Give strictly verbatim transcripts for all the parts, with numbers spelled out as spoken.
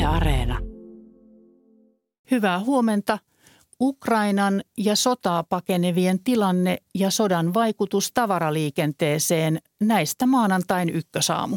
Areena. Hyvää huomenta. Ukrainan ja sotaa pakenevien tilanne ja sodan vaikutus tavaraliikenteeseen. Näistä maanantain ykkösaamu.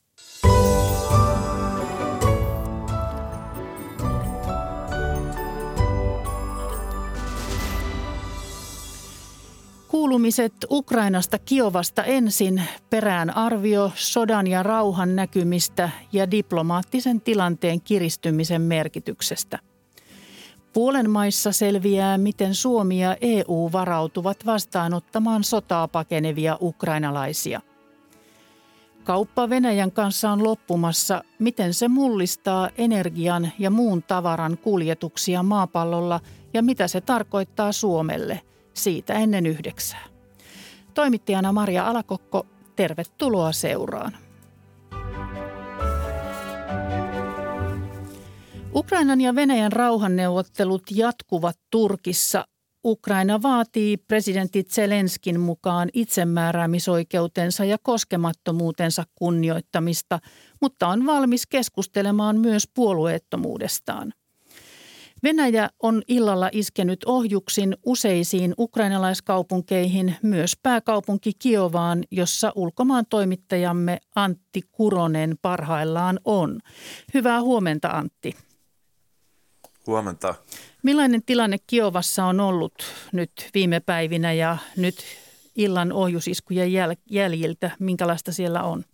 Kuulumiset Ukrainasta Kiovasta ensin, perään arvio sodan ja rauhan näkymistä ja diplomaattisen tilanteen kiristymisen merkityksestä. Puolen maissa selviää, miten Suomi ja E U varautuvat vastaanottamaan sotaa pakenevia ukrainalaisia. Kauppa Venäjän kanssa on loppumassa, miten se mullistaa energian ja muun tavaran kuljetuksia maapallolla ja mitä se tarkoittaa Suomelle. Siitä ennen yhdeksää. Toimittajana Maria Alakokko, tervetuloa seuraan. Ukrainan ja Venäjän rauhanneuvottelut jatkuvat Turkissa. Ukraina vaatii presidentti Zelenskin mukaan itsemääräämisoikeutensa ja koskemattomuutensa kunnioittamista, mutta on valmis keskustelemaan myös puolueettomuudestaan. Venäjä on illalla iskenyt ohjuksin useisiin ukrainalaiskaupunkeihin, myös pääkaupunki Kiovaan, jossa ulkomaan toimittajamme Antti Kuronen parhaillaan on. Hyvää huomenta, Antti. Huomenta. Millainen tilanne Kiovassa on ollut nyt viime päivinä ja nyt illan ohjusiskujen jäl- jäljiltä? Minkälaista siellä on?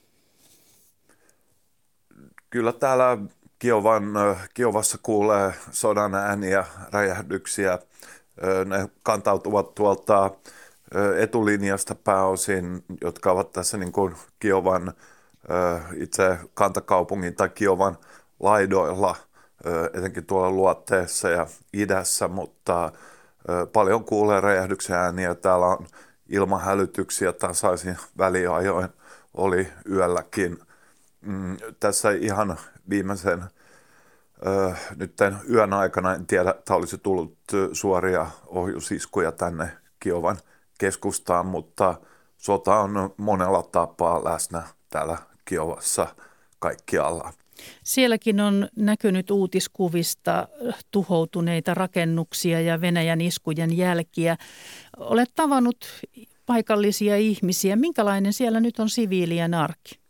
Kyllä täällä Kiovan, Kiovassa kuulee sodan ääniä, räjähdyksiä. Ne kantautuvat tuolta etulinjasta pääosin, jotka ovat tässä niin kuin Kiovan itse kantakaupungin tai Kiovan laidoilla, etenkin tuolla luotteessa ja idässä, mutta paljon kuulee räjähdyksen ääniä. Täällä on ilmahälytyksiä tasaisin väliajoin, oli yölläkin. Tässä ihan viimeisen ö, nyt yön aikana, en tiedä, että olisi tullut suoria ohjusiskuja tänne Kiovan keskustaan, mutta sota on monella tapaa läsnä täällä Kiovassa kaikkialla. Sielläkin on näkynyt uutiskuvista tuhoutuneita rakennuksia ja Venäjän iskujen jälkiä. Olet tavannut paikallisia ihmisiä. Minkälainen siellä nyt on siviilien arki?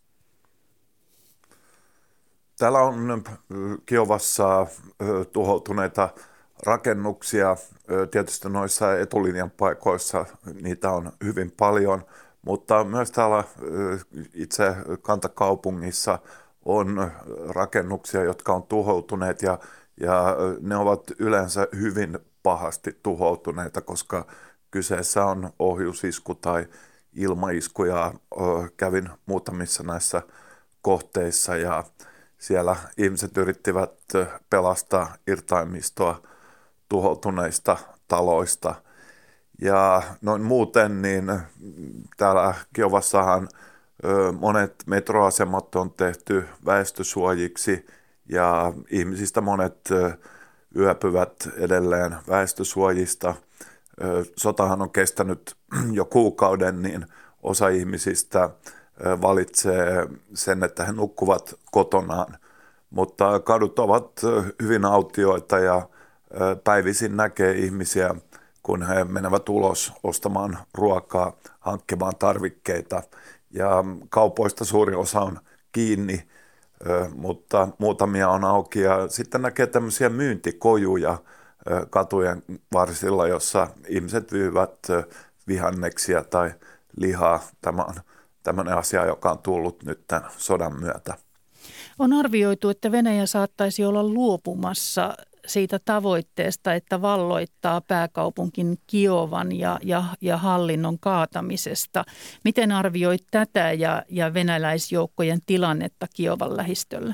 Täällä on Kiovassa tuhoutuneita rakennuksia. Tietysti noissa etulinjan paikoissa niitä on hyvin paljon, mutta myös täällä itse kantakaupungissa on rakennuksia, jotka on tuhoutuneet ja, ja ne ovat yleensä hyvin pahasti tuhoutuneita, koska kyseessä on ohjusisku tai ilmaisku ja kävin muutamissa näissä kohteissa ja siellä ihmiset yrittivät pelastaa irtaimistoa tuhoutuneista taloista. Ja noin muuten, niin täällä Kiovassahan monet metroasemat on tehty väestösuojiksi ja ihmisistä monet yöpyvät edelleen väestösuojista. Sotahan on kestänyt jo kuukauden, niin osa ihmisistä valitsee sen, että he nukkuvat kotonaan, mutta kadut ovat hyvin autioita ja päivisin näkee ihmisiä, kun he menevät ulos ostamaan ruokaa, hankkimaan tarvikkeita ja kaupoista suuri osa on kiinni, mutta muutamia on auki ja sitten näkee tämmöisiä myyntikojuja katujen varsilla, jossa ihmiset myyvät vihanneksia tai lihaa. Tämä on tämmöinen asia, joka on tullut nyt tämän sodan myötä. On arvioitu, että Venäjä saattaisi olla luopumassa siitä tavoitteesta, että valloittaa pääkaupunkin Kiovan ja, ja, ja hallinnon kaatamisesta. Miten arvioit tätä ja, ja venäläisjoukkojen tilannetta Kiovan lähistöllä?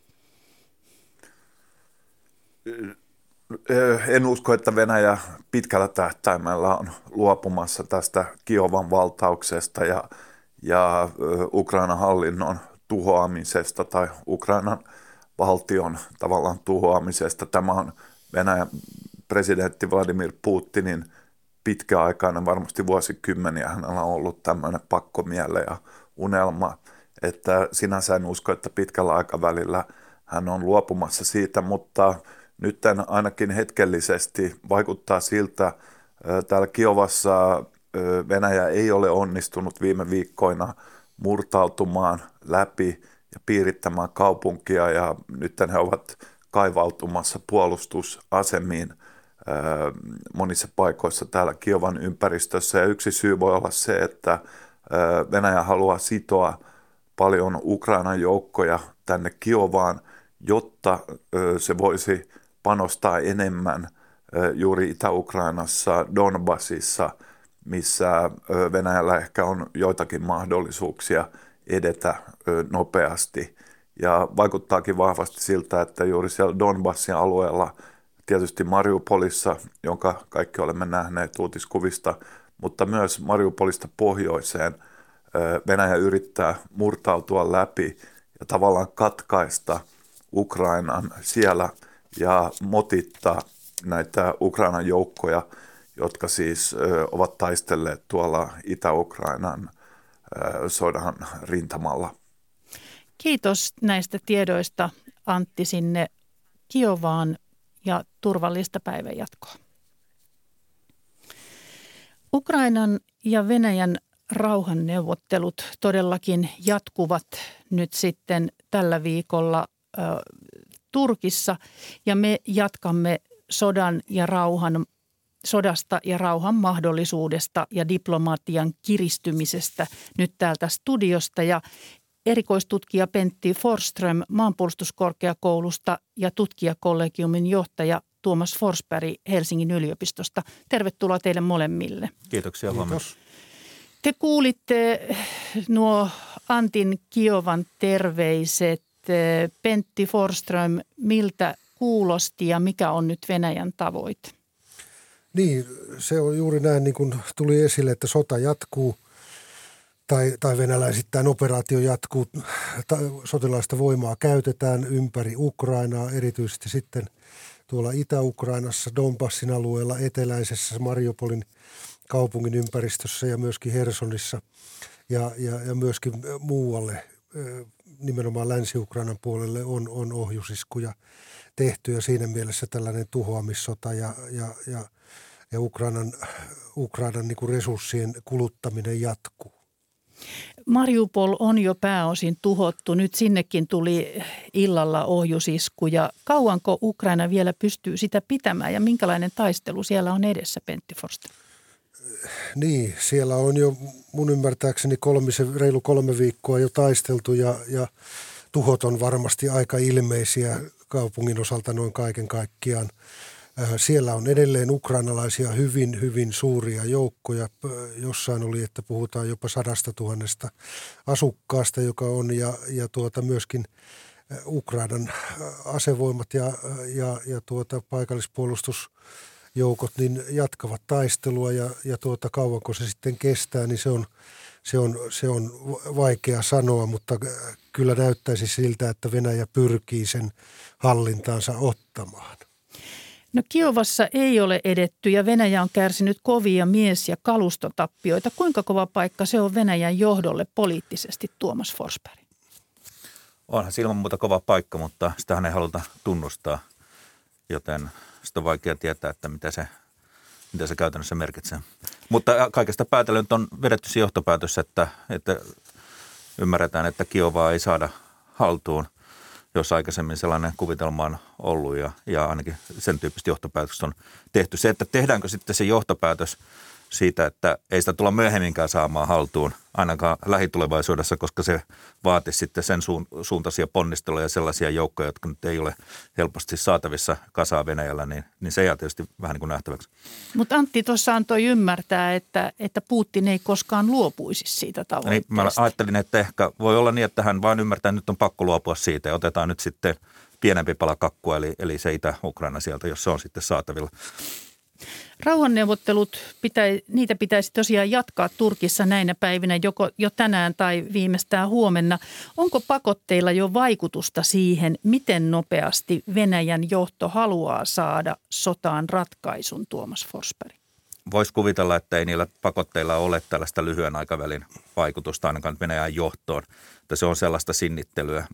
En usko, että Venäjä pitkällä tähtäimellä on luopumassa tästä Kiovan valtauksesta ja ja Ukrainan hallinnon tuhoamisesta tai Ukrainan valtion tavallaan tuhoamisesta. Tämä on Venäjän presidentti Vladimir Putinin pitkäaikainen, varmasti vuosikymmeniä hänellä on ollut tämmöinen pakkomielle ja unelma, että sinänsä en usko, että pitkällä aikavälillä hän on luopumassa siitä, mutta nyt ainakin hetkellisesti vaikuttaa siltä, täällä Kiovassa Venäjä ei ole onnistunut viime viikkoina murtautumaan läpi ja piirittämään kaupunkia, ja nyt he ovat kaivautumassa puolustusasemiin monissa paikoissa täällä Kiovan ympäristössä. Ja yksi syy voi olla se, että Venäjä haluaa sitoa paljon Ukrainan joukkoja tänne Kiovaan, jotta se voisi panostaa enemmän juuri Itä-Ukrainassa, Donbassissa, missä Venäjällä ehkä on joitakin mahdollisuuksia edetä nopeasti. Ja vaikuttaakin vahvasti siltä, että juuri siellä Donbassin alueella, tietysti Mariupolissa, jonka kaikki olemme nähneet uutiskuvista, mutta myös Mariupolista pohjoiseen Venäjä yrittää murtautua läpi ja tavallaan katkaista Ukrainan siellä ja motittaa näitä Ukrainan joukkoja, jotka siis ovat taistelleet tuolla Itä-Ukrainan sodan rintamalla. Kiitos näistä tiedoista, Antti, sinne Kiovaan ja turvallista päivänjatkoa. Ukrainan ja Venäjän rauhanneuvottelut todellakin jatkuvat nyt sitten tällä viikolla ö, Turkissa, ja me jatkamme sodan ja rauhan, sodasta ja rauhan mahdollisuudesta ja diplomatian kiristymisestä nyt täältä studiosta. Ja erikoistutkija Pentti Forsström Maanpuolustuskorkeakoulusta ja tutkijakollegiumin johtaja Tuomas Forsberg Helsingin yliopistosta. Tervetuloa teille molemmille. Kiitoksia, huomenta. Te kuulitte nuo Antin Kiovan terveiset. Pentti Forsström, miltä kuulosti ja mikä on nyt Venäjän tavoite? Niin, se on juuri näin, niin kuin tuli esille, että sota jatkuu tai, tai venäläisittäin operaatio jatkuu. Sotilaista voimaa käytetään ympäri Ukrainaa, erityisesti sitten tuolla Itä-Ukrainassa, Donbassin alueella, eteläisessä Mariupolin kaupungin ympäristössä ja myöskin Hersonissa ja, ja, ja myöskin muualle, nimenomaan Länsi-Ukrainan puolelle on, on ohjusiskuja tehty, ja siinä mielessä tällainen tuhoamissota ja, ja, ja, ja Ukrainan, Ukrainan niin kuin resurssien kuluttaminen jatkuu. Mariupol on jo pääosin tuhottu. Nyt sinnekin tuli illalla ohjusiskuja. Kauanko Ukraina vielä pystyy sitä pitämään ja minkälainen taistelu siellä on edessä, Pentti Forsström? Niin, siellä on jo mun ymmärtääkseni kolmisen, reilu kolme viikkoa jo taisteltu ja, ja tuhot on varmasti aika ilmeisiä kaupungin osalta noin kaiken kaikkiaan. Siellä on edelleen ukrainalaisia hyvin, hyvin suuria joukkoja. Jossain oli, että puhutaan jopa sadasta tuhannesta asukkaasta, joka on, ja, ja tuota myöskin Ukrainan asevoimat ja, ja, ja tuota paikallispuolustusjoukot niin jatkavat taistelua, ja, ja tuota kauanko se sitten kestää, niin se on, se on, se on vaikea sanoa, mutta kyllä näyttäisi siltä, että Venäjä pyrkii sen hallintaansa ottamaan. No Kiovassa ei ole edetty ja Venäjä on kärsinyt kovia mies- ja kalustotappioita. Kuinka kova paikka se on Venäjän johdolle poliittisesti, Tuomas Forsberg? Onhan se ilman muuta kova paikka, mutta sitähän ei haluta tunnustaa, joten sitä on vaikea tietää, että mitä se, mitä se käytännössä merkitsee. Mutta kaikesta päätellen on vedetty se johtopäätös, että, että ymmärretään, että Kiovaa ei saada haltuun, jos aikaisemmin sellainen kuvitelma on ollut, ja, ja ainakin sen tyyppistä johtopäätöstä on tehty. Se, että tehdäänkö sitten se johtopäätös siitä, että ei sitä tulla myöhemminkään saamaan haltuun, ainakaan lähitulevaisuudessa, koska se vaatisi sitten sen suuntaisia ponnisteluja ja sellaisia joukkoja, jotka nyt ei ole helposti saatavissa kasaan Venäjällä, niin, niin se jää tietysti vähän niin kuin nähtäväksi. Mutta Antti tuossa antoi ymmärtää, että, että Putin ei koskaan luopuisi siitä tavoitteesta. Niin, mä ajattelin, että ehkä voi olla niin, että hän vaan ymmärtää, että nyt on pakko luopua siitä ja otetaan nyt sitten pienempi pala kakkua, eli, eli se Itä-Ukraina sieltä, jos se on sitten saatavilla. Rauhanneuvottelut, pitäisi, niitä pitäisi tosiaan jatkaa Turkissa näinä päivinä, joko jo tänään tai viimeistään huomenna. Onko pakotteilla jo vaikutusta siihen, miten nopeasti Venäjän johto haluaa saada sotaan ratkaisun, Tuomas Forsberg? Voisi kuvitella, että ei niillä pakotteilla ole tällaista lyhyen aikavälin vaikutusta ainakaan Venäjän johtoon, että se on sellaista sinnittelyä.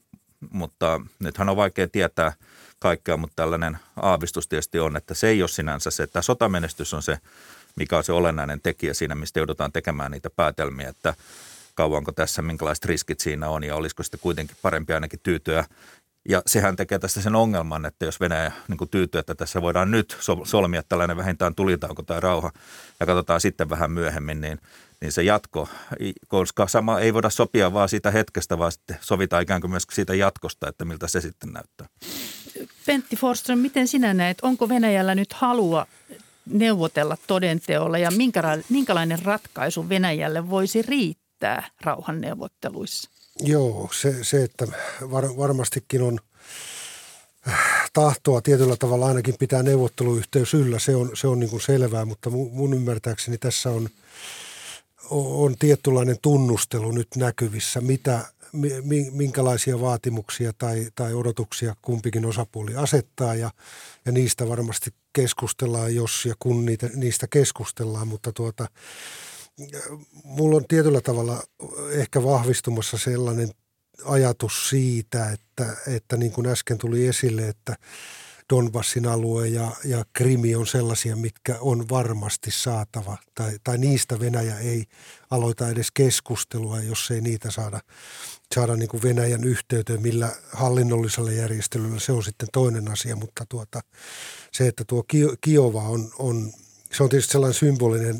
mutta nythän on vaikea tietää kaikkea, mutta tällainen aavistus tietysti on, että se ei ole sinänsä se, että sotamenestys on se, mikä on se olennainen tekijä siinä, mistä joudutaan tekemään niitä päätelmiä, että kauanko tässä, minkälaiset riskit siinä on ja olisiko sitten kuitenkin parempi ainakin tyytyä. Ja sehän tekee tästä sen ongelman, että jos Venäjä niin kuin tyytyy, että tässä voidaan nyt solmia tällainen vähintään tulitauko tai rauha ja katsotaan sitten vähän myöhemmin, niin, niin se jatko, koska sama ei voida sopia vaan siitä hetkestä, vaan sitten sovitaan ikään kuin myös siitä jatkosta, että miltä se sitten näyttää. Pentti Forsström, miten sinä näet, onko Venäjällä nyt halua neuvotella todenteolla ja minkälainen ratkaisu Venäjälle voisi riittää rauhanneuvotteluissa? Joo, se, se että var, varmastikin on tahtoa tietyllä tavalla ainakin pitää neuvotteluyhteys yllä, se on, se on niin kuin selvää, mutta mun ymmärtääkseni tässä on, on tietynlainen tunnustelu nyt näkyvissä, mitä, minkälaisia vaatimuksia tai, tai odotuksia kumpikin osapuoli asettaa ja, ja niistä varmasti keskustellaan, jos ja kun niitä, niistä keskustellaan, mutta tuota, mulla on tietyllä tavalla ehkä vahvistumassa sellainen ajatus siitä, että, että niin kuin äsken tuli esille, että Donbassin alue ja, ja Krimi on sellaisia, mitkä on varmasti saatava, tai, tai niistä Venäjä ei aloita edes keskustelua, jos ei niitä saada, saada niin kuin Venäjän yhteyteen, millä hallinnollisella järjestelyllä se on sitten toinen asia, mutta tuota, se, että tuo Kiova on, on, se on tietysti sellainen symbolinen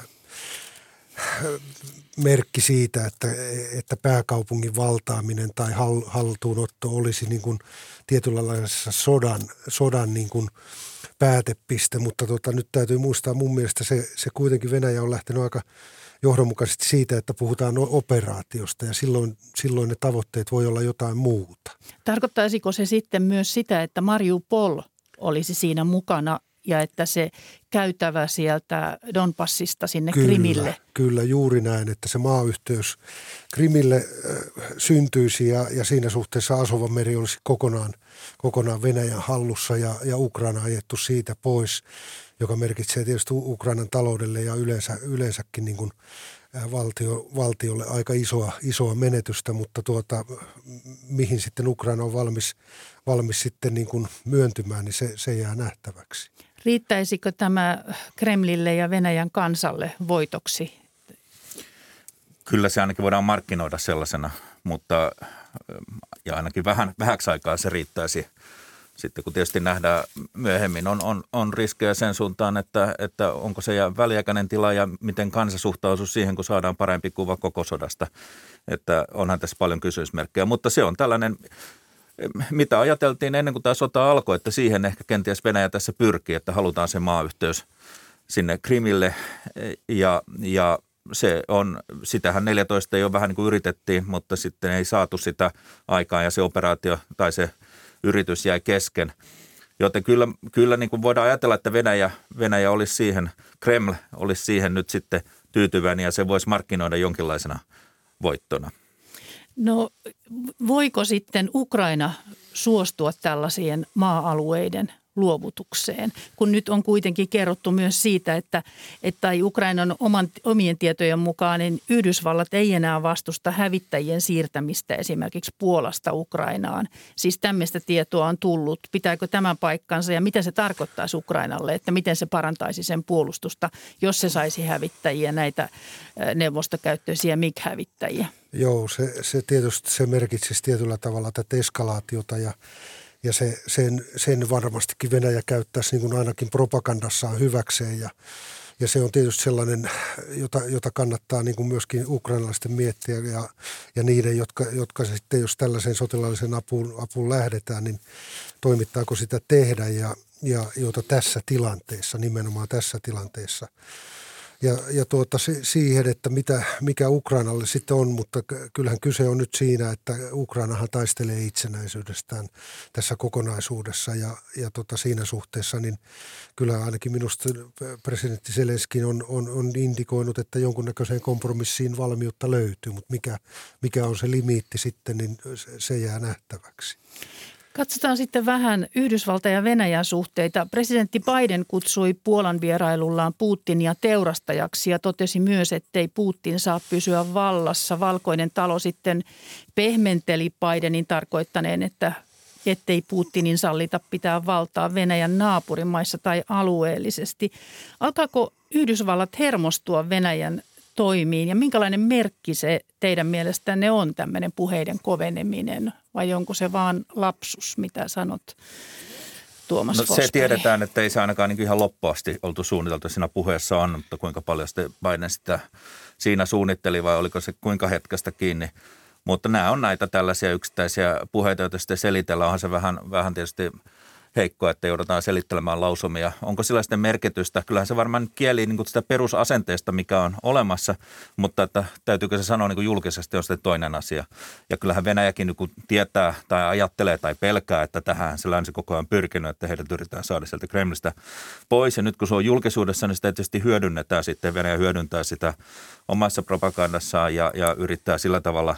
merkki siitä, että, että pääkaupungin valtaaminen tai haltuunotto olisi niin kuin tietynlaisessa sodan, sodan niin kuin päätepiste, mutta tota, nyt täytyy muistaa mun mielestä se, se kuitenkin Venäjä on lähtenyt aika johdonmukaisesti siitä, että puhutaan operaatiosta ja silloin, silloin ne tavoitteet voi olla jotain muuta. Tarkoittaisiko se sitten myös sitä, että Mariupol olisi siinä mukana ja että se käytävä sieltä Donbassista sinne kyllä, Krimille? Kyllä, juuri näin, että se maayhteys Krimille äh, syntyisi ja, ja siinä suhteessa Asovan-meri olisi kokonaan, kokonaan Venäjän hallussa ja, ja Ukraina ajettu siitä pois, joka merkitsee tietysti Ukrainan taloudelle ja yleensä, yleensäkin niin kuin valtio, valtiolle aika isoa, isoa menetystä, mutta tuota, mihin sitten Ukraina on valmis, valmis sitten niin kuin myöntymään, niin se, se jää nähtäväksi. Riittäisikö tämä Kremlille ja Venäjän kansalle voitoksi? Kyllä se ainakin voidaan markkinoida sellaisena, mutta ja ainakin vähän, vähäksi aikaa se riittäisi. Sitten kun tietysti nähdään myöhemmin, on, on, on riskejä sen suuntaan, että, että onko se väliaikainen tila ja miten kansa suhtautuu siihen, kun saadaan parempi kuva koko sodasta. Että onhan tässä paljon kysymysmerkkejä, mutta se on tällainen, mitä ajateltiin ennen kuin tämä sota alkoi, että siihen ehkä kenties Venäjä tässä pyrkii, että halutaan se maayhteys sinne Krimille ja, ja se on, sitähän neljätoista jo vähän niin kuin yritettiin, mutta sitten ei saatu sitä aikaa ja se operaatio tai se yritys jäi kesken. Joten kyllä, kyllä niin kuin voidaan ajatella, että Venäjä, Venäjä olisi siihen, Kreml olisi siihen nyt sitten tyytyväinen ja se voisi markkinoida jonkinlaisena voittona. No voiko sitten Ukraina suostua tällaisien maa-alueiden luovutukseen, kun nyt on kuitenkin kerrottu myös siitä, että, että Ukrainan oman, omien tietojen mukaan niin Yhdysvallat ei enää vastusta hävittäjien siirtämistä esimerkiksi Puolasta Ukrainaan. Siis tämmöistä tietoa on tullut. Pitääkö tämän paikkansa ja mitä se tarkoittaisi Ukrainalle, että miten se parantaisi sen puolustusta, jos se saisi hävittäjiä, näitä neuvostokäyttöisiä M I G-hävittäjiä? Joo, se, se tietysti se merkitsisi tietyllä tavalla tätä eskalaatiota ja Ja se, sen, sen varmastikin Venäjä käyttäisi niin kuin ainakin propagandassaan hyväkseen ja, ja se on tietysti sellainen, jota, jota kannattaa niin kuin myöskin ukrainalaisten miettiä ja, ja niiden, jotka, jotka sitten jos tällaisen sotilaallisen apuun, apuun lähdetään, niin toimittaako sitä tehdä ja, ja jota tässä tilanteessa, nimenomaan tässä tilanteessa. Ja, ja tuota, siihen, että mitä, mikä Ukrainalle sitten on, mutta kyllähän kyse on nyt siinä, että Ukrainahan taistelee itsenäisyydestään tässä kokonaisuudessa ja, ja tota, siinä suhteessa, niin kyllä ainakin minusta presidentti Zelenski on, on, on indikoinut, että jonkunnäköiseen kompromissiin valmiutta löytyy, mutta mikä, mikä on se limiitti sitten, niin se jää nähtäväksi. Katsotaan sitten vähän Yhdysvaltain ja Venäjän suhteita. Presidentti Biden kutsui Puolan vierailullaan Putinia teurastajaksi ja totesi myös, ettei Putin saa pysyä vallassa. Valkoinen talo sitten pehmenteli Bidenin tarkoittaneen, että ettei Putinin sallita pitää valtaa Venäjän naapurimaissa tai alueellisesti. Alkaako Yhdysvallat hermostua Venäjän toimiin ja minkälainen merkki se teidän mielestänne on tämmöinen puheiden koveneminen vai onko se vaan lapsus, mitä sanot Tuomas no, Forsberg? Se tiedetään, että ei se ainakaan niin ihan loppuasti oltu suunniteltu siinä puheessa on, mutta kuinka paljon sitten Biden sitä siinä suunnitteli vai oliko se kuinka hetkestä kiinni. Mutta nämä on näitä tällaisia yksittäisiä puheita, joita sitten selitellään. Onhan se vähän, vähän tietysti heikkoa, että joudutaan selittelemään lausumia. Onko sillä sitten merkitystä? Kyllähän se varmaan kieli niin kuin sitä perusasenteesta, mikä on olemassa, mutta että täytyykö se sanoa niin kuin julkisesti on sitten toinen asia. Ja kyllähän Venäjäkin niin kuin tietää tai ajattelee tai pelkää, että tähän se länsi koko ajan pyrkinyt, että heidät yritetään saada sieltä Kremlistä pois. Ja nyt kun se on julkisuudessa, niin sitä tietysti hyödynnetään sitten. Venäjä hyödyntää sitä omassa propagandassaan ja, ja yrittää sillä tavalla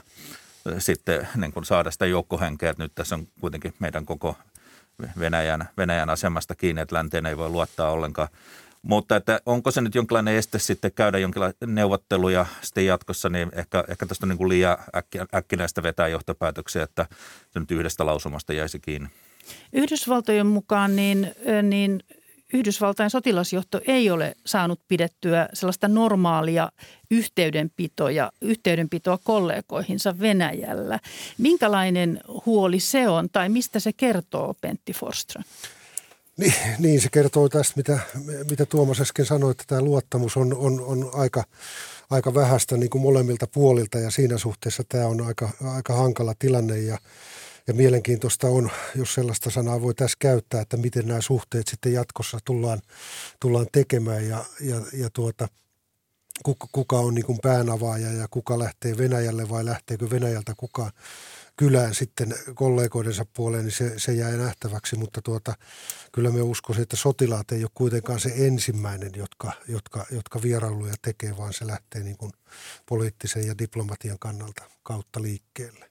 sitten niin kuin saada sitä joukkohenkeä, että nyt tässä on kuitenkin meidän koko Venäjän, Venäjän asemasta kiinni, että länteen ei voi luottaa ollenkaan. Mutta että onko se nyt jonkinlainen este sitten käydä jonkinlaisia neuvotteluja sitten jatkossa, niin ehkä, ehkä tästä on niin kuin liian äkki, äkkinäistä vetää johtopäätöksiä, että se nyt yhdestä lausumasta jäisi kiinni. Yhdysvaltojen mukaan niin, niin Yhdysvaltain sotilasjohto ei ole saanut pidettyä sellaista normaalia yhteydenpitoa, yhteydenpitoa kollegoihinsa Venäjällä. Minkälainen huoli se on tai mistä se kertoo, Pentti Forsström? Niin, niin se kertoo tästä, mitä, mitä Tuomas äsken sanoi, että tämä luottamus on, on, on aika, aika vähäistä niin kuin molemmilta puolilta ja siinä suhteessa tämä on aika, aika hankala tilanne ja Ja mielenkiintoista on, jos sellaista sanaa voi tässä käyttää, että miten nämä suhteet sitten jatkossa tullaan, tullaan tekemään ja, ja, ja tuota, kuka, kuka on niin kuin päänavaaja ja kuka lähtee Venäjälle vai lähteekö Venäjältä kukaan kylään sitten kollegoidensa puoleen, niin se, se jää nähtäväksi. Mutta tuota, kyllä me uskoisin, että sotilaat ei ole kuitenkaan se ensimmäinen, jotka, jotka, jotka vierailuja tekee, vaan se lähtee niin kuin poliittisen ja diplomatian kannalta kautta liikkeelle.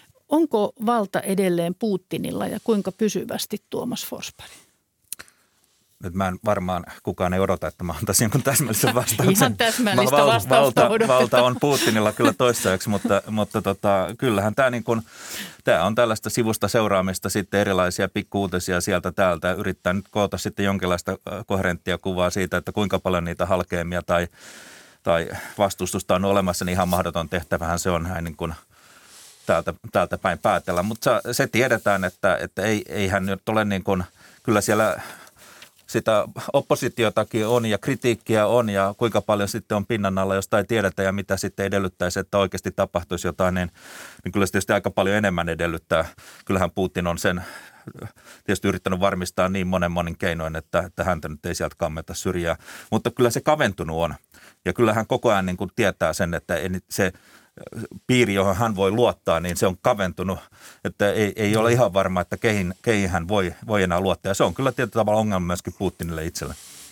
Onko valta edelleen Putinilla ja kuinka pysyvästi, Tuomas Forsberg? Nyt mä en varmaan, kukaan ei odota, että mä antaisin jonkun täsmällisen vastauksen. Ihan täsmällistä val, vastausta valta, valta on Putinilla kyllä toistaiseksi, mutta, mutta tota, kyllähän tämä niin kuin, tämä on tällaista sivusta seuraamista sitten erilaisia pikkuutisia sieltä täältä. Yrittää nyt koota sitten jonkinlaista koherenttia kuvaa siitä, että kuinka paljon niitä halkeamia tai, tai vastustusta on olemassa, niin ihan mahdoton tehtävähän se on näin niin kuin Täältä, täältä päin päätellä, mutta se tiedetään, että, että ei, eihän nyt ole niin kuin, kyllä siellä sitä oppositiotakin on ja kritiikkiä on ja kuinka paljon sitten on pinnan alla, josta ei tiedetä ja mitä sitten edellyttäisi, että oikeasti tapahtuisi jotain, niin, niin kyllä se tietysti aika paljon enemmän edellyttää. Kyllähän Putin on sen tietysti yrittänyt varmistaa niin monen monin keinoin, että, että häntä nyt ei sieltä kammeta syrjää, mutta kyllä se kaventunut on ja kyllähän koko ajan niin kuin tietää sen, että ei, se piiri, johon hän voi luottaa, niin se on kaventunut, että ei, ei ole ihan varma, että keihin, keihin hän voi, voi enää luottaa. Ja se on kyllä tietyllä tavalla ongelma myöskin Putinille itselle.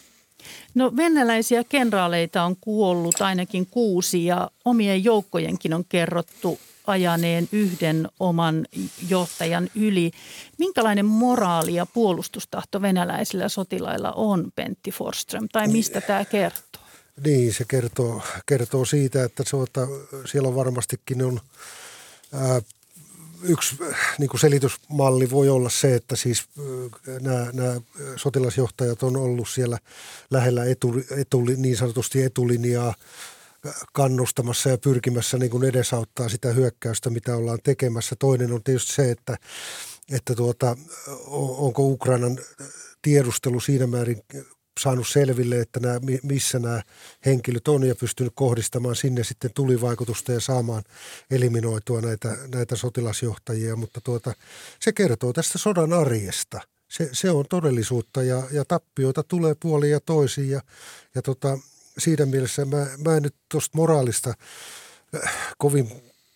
No venäläisiä kenraaleita on kuollut ainakin kuusi ja omien joukkojenkin on kerrottu ajaneen yhden oman johtajan yli. Minkälainen moraali ja puolustustahto venäläisillä sotilailla on, Pentti Forsström, tai mistä tämä kertoo? Niin, se kertoo, kertoo siitä, että se, että siellä on varmastikin on, ää, yksi niin kuin selitysmalli voi olla se, että siis nämä, nämä sotilasjohtajat on ollut siellä lähellä etu, etu, niin sanotusti etulinjaa kannustamassa ja pyrkimässä niin kuin edesauttaa sitä hyökkäystä, mitä ollaan tekemässä. Toinen on tietysti se, että, että tuota, onko Ukrainan tiedustelu siinä määrin saanut selville, että nämä, missä nämä henkilöt on ja pystynyt kohdistamaan sinne sitten tulivaikutusta ja saamaan eliminoitua näitä, näitä sotilasjohtajia, mutta tuota, se kertoo tästä sodan arjesta. Se, se on todellisuutta ja, ja tappioita tulee puoliin ja toisiin ja, ja tota, siinä mielessä mä, mä en nyt tuosta moraalista äh, kovin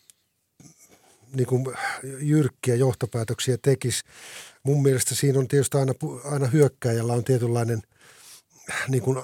niin kuin jyrkkiä johtopäätöksiä tekisi. Mun mielestä siinä on tietysti aina, aina hyökkääjällä on tietynlainen niin kuin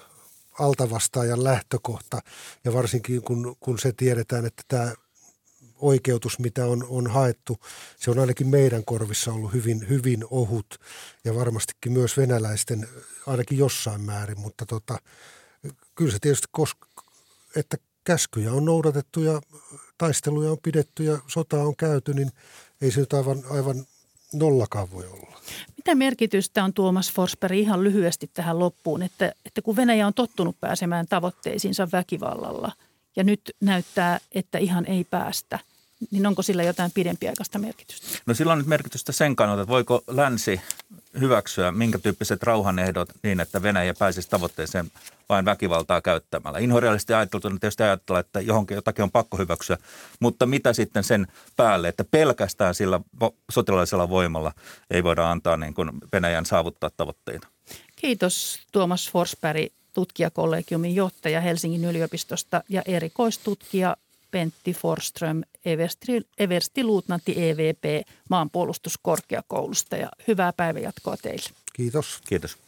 altavastaajan lähtökohta ja varsinkin kun, kun se tiedetään, että tämä oikeutus, mitä on, on haettu, se on ainakin meidän korvissa ollut hyvin, hyvin ohut ja varmastikin myös venäläisten ainakin jossain määrin, mutta tota, kyllä se tietysti, koska, että käskyjä on noudatettu ja taisteluja on pidetty ja sotaa on käyty, niin ei se nyt aivan, aivan nollakaan voi olla. Mitä merkitystä on, Tuomas Forsberg, ihan lyhyesti tähän loppuun, että, että kun Venäjä on tottunut pääsemään tavoitteisiinsa väkivallalla ja nyt näyttää, että ihan ei päästä, niin onko sillä jotain pidempiaikaista merkitystä? No sillä on nyt merkitystä sen kannalta, että voiko länsi hyväksyä minkä tyyppiset rauhanehdot niin, että Venäjä pääsisi tavoitteeseen vain väkivaltaa käyttämällä. Inhoreaalisesti ajateltuna tietysti ajatella, että johonkin jotakin on pakko hyväksyä, mutta mitä sitten sen päälle, että pelkästään sillä sotilaallisella voimalla ei voida antaa niin kuin Venäjän saavuttaa tavoitteita. Kiitos Tuomas Forsberg, tutkijakollegiumin johtaja Helsingin yliopistosta ja erikoistutkija Pentti Forsström, everstiluutnantti E V P maanpuolustuskorkeakoulusta ja hyvää päivänjatkoa teille. Kiitos. Kiitos.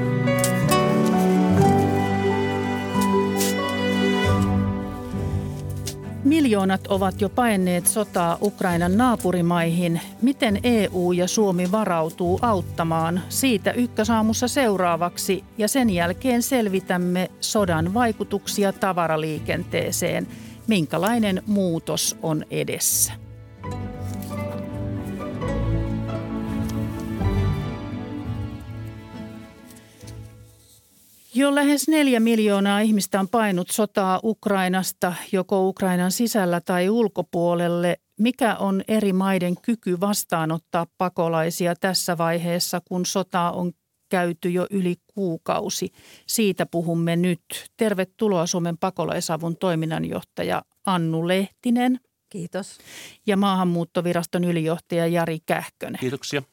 Miljoonat ovat jo paenneet sotaa Ukrainan naapurimaihin. Miten E U ja Suomi varautuu auttamaan? Siitä Ykkösaamussa seuraavaksi ja sen jälkeen selvitämme sodan vaikutuksia tavaraliikenteeseen. Minkälainen muutos on edessä? Jo lähes neljä miljoonaa ihmistä on painut sotaa Ukrainasta, joko Ukrainan sisällä tai ulkopuolelle. Mikä on eri maiden kyky vastaanottaa pakolaisia tässä vaiheessa, kun sotaa on käyty jo yli kuukausi? Siitä puhumme nyt. Tervetuloa Suomen pakolaisavun toiminnanjohtaja Annu Lehtinen. Kiitos. Ja Maahanmuuttoviraston ylijohtaja Jari Kähkönen. Kiitoksia.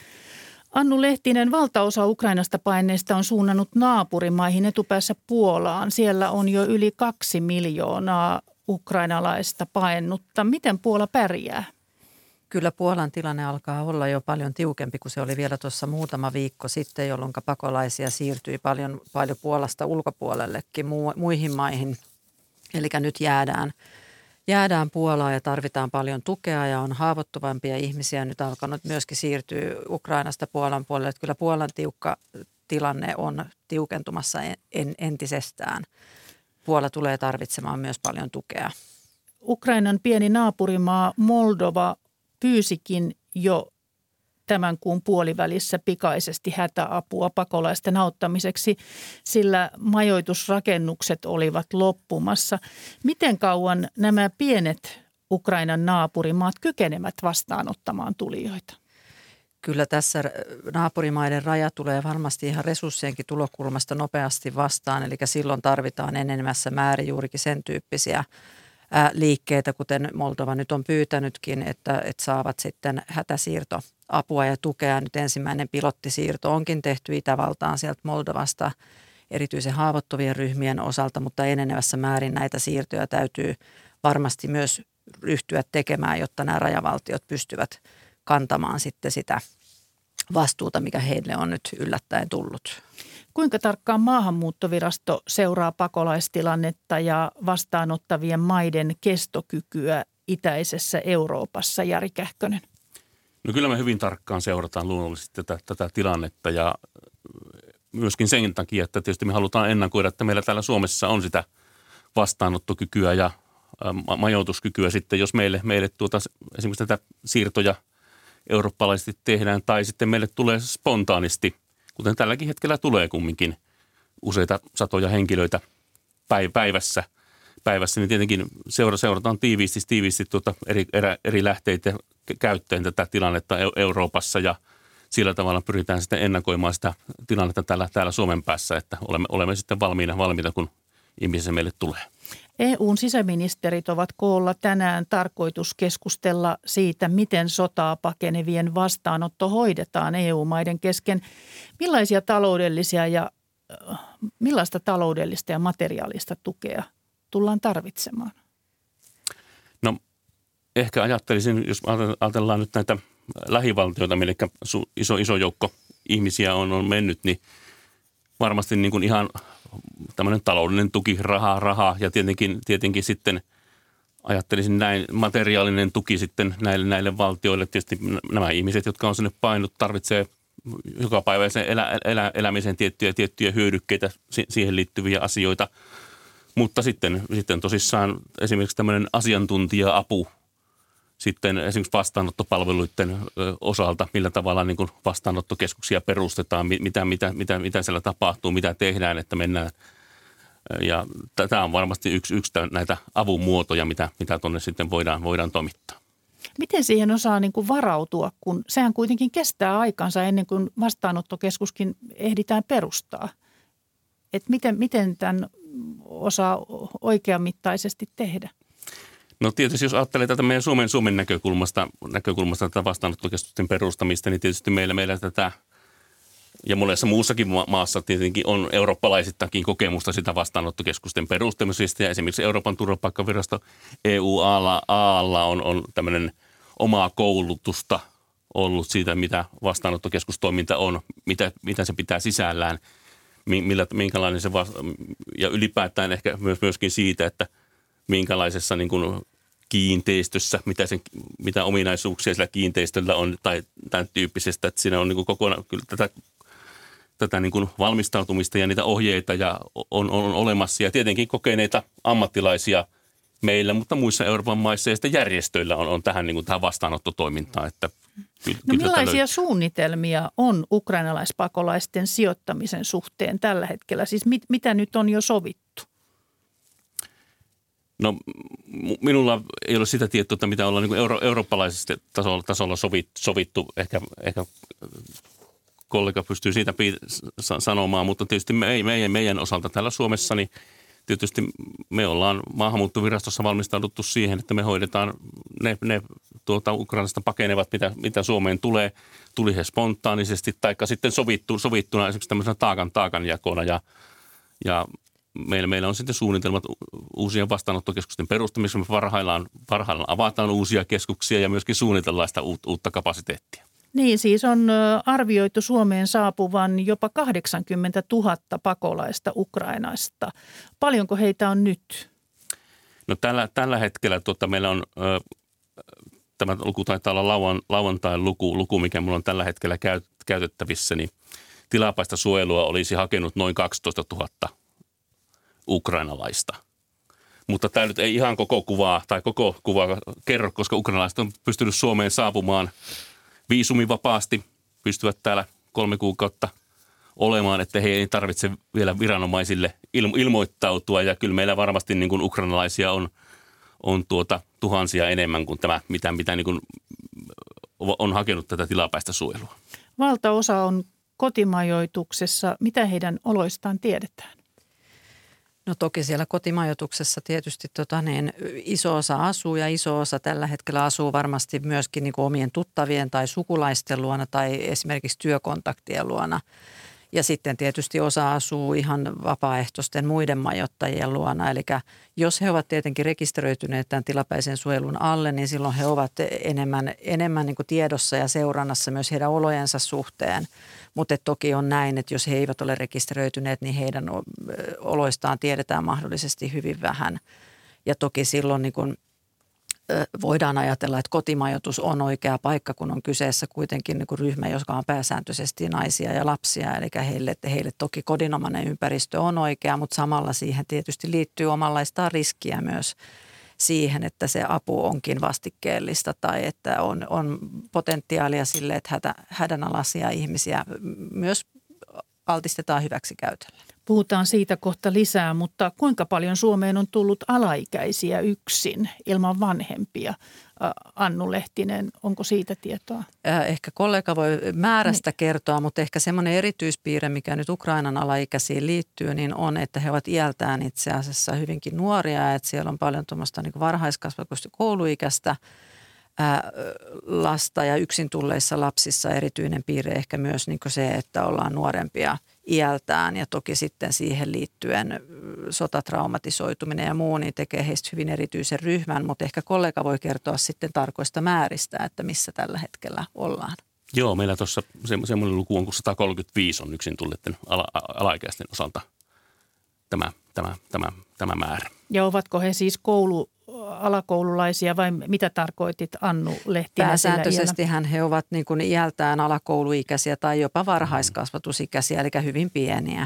Annu Lehtinen, valtaosa Ukrainasta paineista on suunnannut naapurimaihin, etupäässä Puolaan. Siellä on jo yli kaksi miljoonaa ukrainalaista paennutta. Miten Puola pärjää? Kyllä Puolan tilanne alkaa olla jo paljon tiukempi kuin se oli vielä tuossa muutama viikko sitten, jolloin pakolaisia siirtyi paljon, paljon Puolasta ulkopuolellekin muihin maihin. Eli nyt jäädään, jäädään Puolaan ja tarvitaan paljon tukea ja on haavoittuvampia ihmisiä nyt alkanut myöskin siirtyä Ukrainasta Puolan puolelle. Että kyllä Puolan tiukka tilanne on tiukentumassa en, entisestään. Puola tulee tarvitsemaan myös paljon tukea. Ukrainan pieni naapurimaa Moldova pyysikin jo tämän kuun puolivälissä pikaisesti hätäapua pakolaisten auttamiseksi, sillä majoitusrakennukset olivat loppumassa. Miten kauan nämä pienet Ukrainan naapurimaat kykenevät vastaanottamaan tulijoita? Kyllä tässä naapurimaiden raja tulee varmasti ihan resurssienkin tulokulmasta nopeasti vastaan, eli silloin tarvitaan enenemässä määrin juurikin sen tyyppisiä liikkeitä, kuten Moldova nyt on pyytänytkin, että, että saavat sitten hätäsiirtoapua ja tukea. Nyt ensimmäinen pilottisiirto onkin tehty Itävaltaan sieltä Moldovasta erityisen haavoittuvien ryhmien osalta, mutta enenevässä määrin näitä siirtoja täytyy varmasti myös ryhtyä tekemään, jotta nämä rajavaltiot pystyvät kantamaan sitten sitä vastuuta, mikä heille on nyt yllättäen tullut. Kuinka tarkkaan Maahanmuuttovirasto seuraa pakolaistilannetta ja vastaanottavien maiden kestokykyä itäisessä Euroopassa, Jari Kähkönen? No kyllä me hyvin tarkkaan seurataan luonnollisesti tätä, tätä tilannetta ja myöskin sen takia, että tietysti me halutaan ennakoida, että meillä täällä Suomessa on sitä vastaanottokykyä ja majoituskykyä sitten, jos meille, meille tuota, esimerkiksi tätä siirtoja eurooppalaisesti tehdään tai sitten meille tulee spontaanisti, kuten tälläkin hetkellä tulee kumminkin useita satoja henkilöitä päivässä, päivässä niin tietenkin seura, seurataan tiiviisti, tiiviisti tuota eri, eri lähteitä käyttäen tätä tilannetta Euroopassa ja sillä tavalla pyritään sitten ennakoimaan sitä tilannetta täällä, täällä Suomen päässä, että olemme, olemme sitten valmiina, valmiita, kun ihmisiä meille tulee. E U:n sisäministerit ovat koolla tänään tarkoitus keskustella siitä, miten sotaa pakenevien vastaanotto hoidetaan E U-maiden kesken. Millaisia taloudellisia ja millaista taloudellista ja materiaalista tukea tullaan tarvitsemaan? No ehkä ajattelisin, jos ajatellaan nyt näitä lähivaltioita, millä iso, iso joukko ihmisiä on, on mennyt, niin varmasti niin kuin ihan tämmöinen taloudellinen tuki, rahaa, rahaa ja tietenkin, tietenkin sitten ajattelisin näin, materiaalinen tuki sitten näille, näille valtioille. Tietysti nämä ihmiset, jotka on sinne painut, tarvitsee jokapäiväisen elä, elä, elämisen tiettyjä, tiettyjä hyödykkeitä, siihen liittyviä asioita. Mutta sitten, sitten tosissaan esimerkiksi tämmöinen asiantuntija-apu sitten esimerkiksi vastaanottopalveluiden osalta, millä tavalla niin kuin vastaanottokeskuksia perustetaan, mitä, mitä, mitä, mitä siellä tapahtuu, mitä tehdään, että mennään. Ja tämä on varmasti yksi, yksi näitä avun muotoja, mitä, mitä tuonne sitten voidaan, voidaan toimittaa. Miten siihen osaa niin kuin varautua, kun sehän kuitenkin kestää aikansa ennen kuin vastaanottokeskuskin ehditään perustaa? Et miten, miten tämän osaa oikeamittaisesti tehdä? No tietysti jos ajattelee tätä meidän Suomen, Suomen näkökulmasta, näkökulmasta tätä vastaanottokeskusten perustamista, niin tietysti meillä, meillä tätä ja monessa muussakin maassa tietenkin on eurooppalaisittakin kokemusta sitä vastaanottokeskusten perustamisesta. Ja esimerkiksi Euroopan turvapaikkavirasto E U A:lla on, on tämmöinen omaa koulutusta ollut siitä, mitä vastaanottokeskustoiminta on, mitä, mitä se pitää sisällään, millä, minkälainen se vasta- ja ylipäätään ehkä myös, myöskin siitä, että minkälaisessa niin kuin kiinteistössä, mitä, sen, mitä ominaisuuksia sillä kiinteistöllä on tai tämän tyyppisestä, että siinä on niin kuin kokonaan kyllä tätä tätä niin kuin valmistautumista ja niitä ohjeita ja on, on olemassa. Ja tietenkin kokeneita ammattilaisia meillä, mutta muissa Euroopan maissa ja sitten järjestöillä on, on tähän, niin kuin tähän vastaanottotoimintaan. Että kyllä, no millaisia suunnitelmia on ukrainalaispakolaisten sijoittamisen suhteen tällä hetkellä? Siis mit, mitä nyt on jo sovittu? No minulla ei ole sitä tietoa, mitä ollaan niin kuin euro, eurooppalaisesta tasolla, tasolla sovittu, sovittu. Ehkä, ehkä kollega pystyy siitä sanomaan, mutta tietysti me, meidän, meidän osalta täällä Suomessa, niin tietysti me ollaan maahanmuuttovirastossa valmistauduttu siihen, että me hoidetaan ne, ne tuota, Ukrainasta pakenevat, mitä, mitä Suomeen tulee, tuli he spontaanisesti, taikka sitten sovittu, sovittuna esimerkiksi tämmöisenä taakan taakanjakona ja, ja meillä, meillä on sitten suunnitelmat uusien vastaanottokeskusten perustamiseksi. Me parhaillaan, parhaillaan avataan uusia keskuksia ja myöskin suunnitellaan sitä uutta kapasiteettia. Niin, siis on arvioitu Suomeen saapuvan jopa kahdeksankymmentätuhatta pakolaista Ukrainasta. Paljonko heitä on nyt? No tällä, tällä hetkellä tuota, meillä on, ö, tämä luku taitaa olla lauan, lauantain luku, luku, mikä minulla on tällä hetkellä käy, käytettävissä, niin tilapäistä suojelua olisi hakenut noin kaksitoistatuhatta ukrainalaista. Mutta tämä nyt ei ihan koko kuvaa tai koko kuvaa kerro, koska ukrainalaiset on pystynyt Suomeen saapumaan viisumivapaasti, pystyvät täällä kolme kuukautta olemaan, että he ei tarvitse vielä viranomaisille ilmoittautua. Ja kyllä meillä varmasti niin kuin ukrainalaisia on, on tuota tuhansia enemmän kuin tämä, mitä, mitä niin kuin on hakenut tätä tilapäistä suojelua. Valtaosa on kotimajoituksessa. Mitä heidän oloistaan tiedetään? No toki siellä kotimajoituksessa tietysti tota niin, iso osa asuu ja iso osa tällä hetkellä asuu varmasti myöskin niin kuin omien tuttavien tai sukulaisten luona tai esimerkiksi työkontaktien luona. Ja sitten tietysti osa asuu ihan vapaaehtoisten muiden majoittajien luona. Eli jos he ovat tietenkin rekisteröityneet tämän tilapäisen suojelun alle, niin silloin he ovat enemmän, enemmän niin kuin tiedossa ja seurannassa myös heidän olojensa suhteen. Mutta toki on näin, että jos he eivät ole rekisteröityneet, niin heidän oloistaan tiedetään mahdollisesti hyvin vähän. Ja toki silloin niin kun voidaan ajatella, että kotimajoitus on oikea paikka, kun on kyseessä kuitenkin niin kun ryhmä, joka on pääsääntöisesti naisia ja lapsia. Eli heille, heille toki kodinomainen ympäristö on oikea, mutta samalla siihen tietysti liittyy omanlaistaan riskiä myös siihen, että se apu onkin vastikkeellista tai että on, on potentiaalia sille, että hätä, hädänalaisia ihmisiä myös altistetaan hyväksikäytölle. Puhutaan siitä kohta lisää, mutta kuinka paljon Suomeen on tullut alaikäisiä yksin ilman vanhempia? Annu Lehtinen, onko siitä tietoa? Ehkä kollega voi määrästä kertoa, mutta ehkä semmoinen erityispiirre, mikä nyt Ukrainan alaikäisiin liittyy, niin on, että he ovat iältään itse asiassa hyvinkin nuoria, että siellä on paljon tuommoista niin varhaiskasvatusta kouluikäistä lasta ja yksin tulleissa lapsissa erityinen piirre ehkä myös niin se, että ollaan nuorempia iältään ja toki sitten siihen liittyen sotatraumatisoituminen ja muu, niin tekee heistä hyvin erityisen ryhmän, mutta ehkä kollega voi kertoa sitten tarkoista määristä, että missä tällä hetkellä ollaan. Joo, meillä tuossa semmoinen luku on, kun sata kolmekymmentäviisi on yksin tulleiden ala, alaikäisten osalta tämä, tämä, tämä, tämä määrä. Ja ovatko he siis koulu alakoululaisia vai mitä tarkoitit Annu Lehtinen? Pääsääntöisestihän he ovat niin kuin iältään alakouluikäisiä tai jopa varhaiskasvatusikäisiä, eli hyvin pieniä.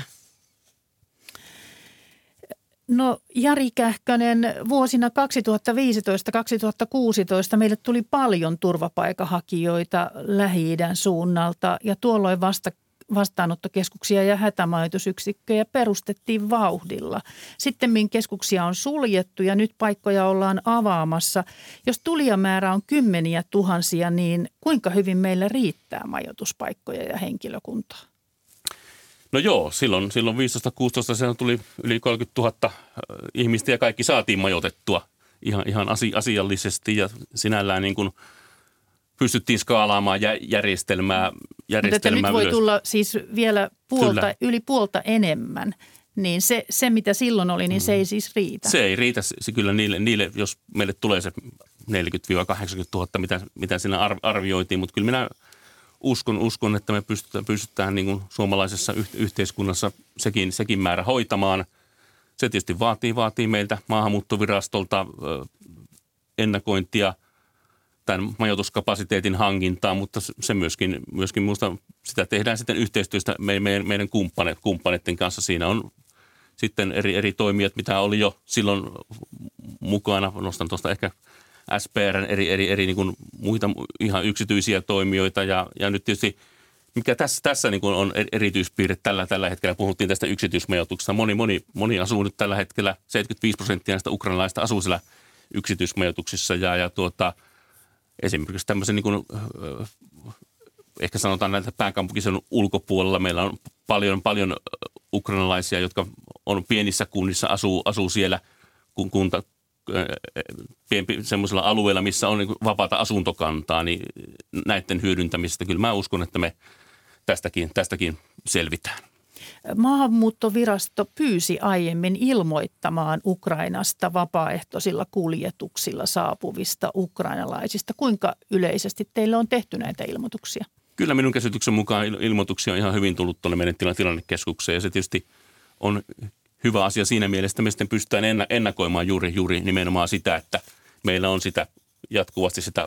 No Jari Kähkönen, vuosina kaksituhattaviisitoista kaksituhattakuusitoista meille tuli paljon turvapaikanhakijoita Lähi-idän suunnalta ja tuolloin vasta vastaanottokeskuksia ja hätämajoitusyksikköjä perustettiin vauhdilla. Sittemmin keskuksia on suljettu ja nyt paikkoja ollaan avaamassa. Jos tulijamäärä on kymmeniä tuhansia, niin kuinka hyvin meillä riittää majoituspaikkoja ja henkilökuntaa? No joo, silloin, silloin viisitoista kuusitoista siellä tuli yli kolmekymmentätuhatta ihmistä ja kaikki saatiin majoitettua ihan, ihan asiallisesti ja sinällään niin kuin pystyttiin skaalaamaan järjestelmää, järjestelmää Mutta nyt voi ylös. tulla siis vielä puolta, yli puolta enemmän, niin se, se mitä silloin oli, niin se ei siis riitä. Se ei riitä se kyllä niille, niille jos meille tulee se neljäkymmentä kahdeksankymmentätuhatta, mitä, mitä siinä arvioitiin, mutta kyllä minä uskon, uskon että me pystytään, pystytään niin kuin suomalaisessa yhteiskunnassa sekin, sekin määrä hoitamaan. Se tietysti vaatii, vaatii meiltä maahanmuuttovirastolta ennakointia, tämän majoituskapasiteetin hankintaa, mutta se myöskin, myöskin minusta sitä tehdään sitten yhteistyöstä meidän, meidän kumppaneet, kumppaneiden kanssa. Siinä on sitten eri, eri toimijat, mitä oli jo silloin mukana. Nostan tuosta ehkä S P R:n eri, eri, eri niin kuin muita ihan yksityisiä toimijoita ja, ja nyt tietysti mikä tässä, tässä niin kuin on erityispiirre tällä, tällä hetkellä, puhuttiin tästä yksityismajoituksesta. Moni, moni, moni asuu nyt tällä hetkellä, seitsemänkymmentäviisi prosenttia näistä ukrainalaisista asuu siellä yksityismajoituksissa ja, ja tuota, esimerkiksi tämmöisen niin kuin, ehkä sanotaan näitä pääkaupunkiseudun ulkopuolella meillä on paljon, paljon ukrainalaisia, jotka on pienissä kunnissa, asuu, asuu siellä kun kunta, semmoisilla alueilla, missä on niin kuin vapaata asuntokantaa, niin näiden hyödyntämisestä kyllä mä uskon, että me tästäkin, tästäkin selvitään. Maahanmuuttovirasto pyysi aiemmin ilmoittamaan Ukrainasta vapaaehtoisilla kuljetuksilla saapuvista ukrainalaisista. Kuinka yleisesti teille on tehty näitä ilmoituksia? Kyllä minun käsityksen mukaan ilmoituksia on ihan hyvin tullut tuonne meidän tilannekeskukseen ja se tietysti on hyvä asia siinä mielessä, että me sitten pystytään ennakoimaan juuri, juuri nimenomaan sitä, että meillä on sitä jatkuvasti sitä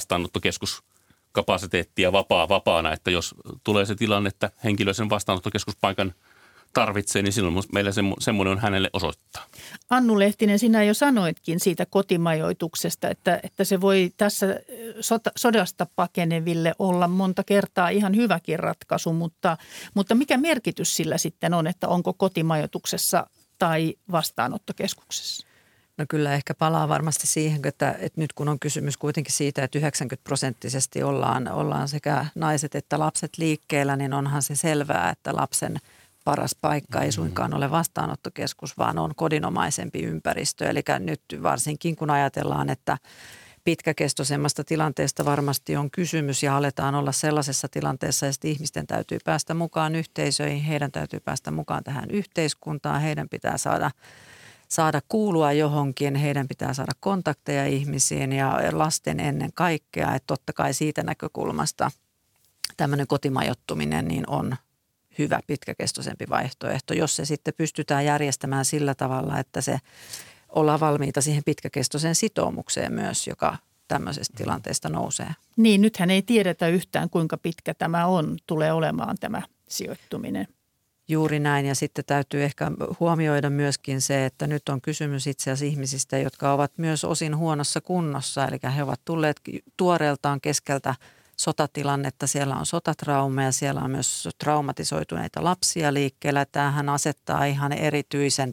vastaanottokeskuskapasiteettia vapaa, vapaana, että jos tulee se tilanne, että henkilö sen vastaanottokeskuspaikan tarvitsee, niin silloin meillä semmoinen on hänelle osoittaa. Annu Lehtinen, sinä jo sanoitkin siitä kotimajoituksesta, että, että se voi tässä sota, sodasta pakeneville olla monta kertaa ihan hyväkin ratkaisu, mutta, mutta mikä merkitys sillä sitten on, että onko kotimajoituksessa tai vastaanottokeskuksessa? No kyllä ehkä palaa varmasti siihen, että, että nyt kun on kysymys kuitenkin siitä, että yhdeksänkymmentä prosenttisesti ollaan, ollaan sekä naiset että lapset liikkeellä, niin onhan se selvää, että lapsen paras paikka ei suinkaan ole vastaanottokeskus, vaan on kodinomaisempi ympäristö. Eli nyt varsinkin kun ajatellaan, että pitkäkestoisemmasta tilanteesta varmasti on kysymys ja aletaan olla sellaisessa tilanteessa, että ihmisten täytyy päästä mukaan yhteisöihin, heidän täytyy päästä mukaan tähän yhteiskuntaan, heidän pitää saada, saada kuulua johonkin, heidän pitää saada kontakteja ihmisiin ja lasten ennen kaikkea. Että totta kai siitä näkökulmasta tämmöinen kotimajoittuminen niin on hyvä pitkäkestoisempi vaihtoehto, jos se sitten pystytään järjestämään sillä tavalla, että se ollaan valmiita siihen pitkäkestoiseen sitoumukseen myös, joka tämmöisestä tilanteesta nousee. Niin, nythän ei tiedetä yhtään, kuinka pitkä tämä on, tulee olemaan tämä sijoittuminen. Juuri näin ja sitten täytyy ehkä huomioida myöskin se, että nyt on kysymys itse asiassa ihmisistä, jotka ovat myös osin huonossa kunnossa, eli he ovat tulleet tuoreeltaan keskeltä sotatilannetta, siellä on sotatraumeja, siellä on myös traumatisoituneita lapsia liikkeellä. Tämähän asettaa ihan erityisen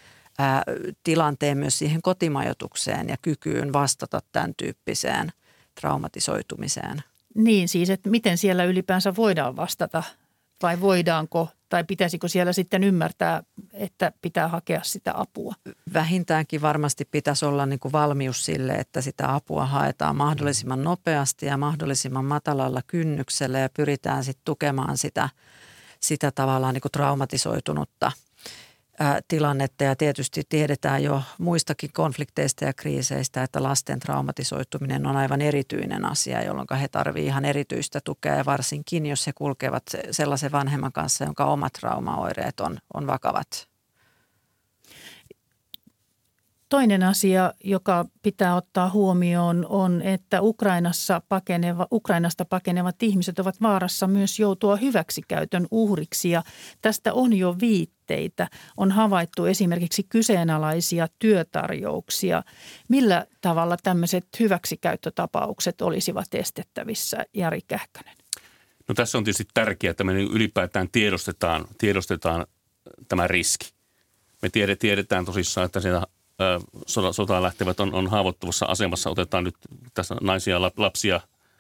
ää, tilanteen myös siihen kotimajoitukseen ja kykyyn vastata tämän tyyppiseen traumatisoitumiseen. Niin siis, että miten siellä ylipäänsä voidaan vastata vai voidaanko tai pitäisikö siellä sitten ymmärtää, että pitää hakea sitä apua? Vähintäänkin varmasti pitäisi olla niin kuin valmius sille, että sitä apua haetaan mahdollisimman nopeasti ja mahdollisimman matalalla kynnyksellä ja pyritään sitten tukemaan sitä, sitä tavallaan niin kuin traumatisoitunutta ää, tilannetta. Ja tietysti tiedetään jo muistakin konflikteista ja kriiseistä, että lasten traumatisoituminen on aivan erityinen asia, jolloin he tarvitsevat ihan erityistä tukea ja varsinkin, jos he kulkevat sellaisen vanhemman kanssa, jonka omat traumaoireet on, on vakavat. toinen asia, joka pitää ottaa huomioon, on, että Ukrainassa pakeneva, Ukrainasta pakenevat ihmiset ovat vaarassa myös joutua hyväksikäytön uhriksi. Ja tästä on jo viitteitä. On havaittu esimerkiksi kyseenalaisia työtarjouksia. Millä tavalla tämmöiset hyväksikäyttötapaukset olisivat estettävissä, Jari Kähkönen? No tässä on tietysti tärkeää, että me ylipäätään tiedostetaan, tiedostetaan tämä riski. Me tiedetään tosissaan, että siellä sotaan lähtevät on, on haavoittuvassa asemassa. Otetaan nyt tässä naisia ja lapsia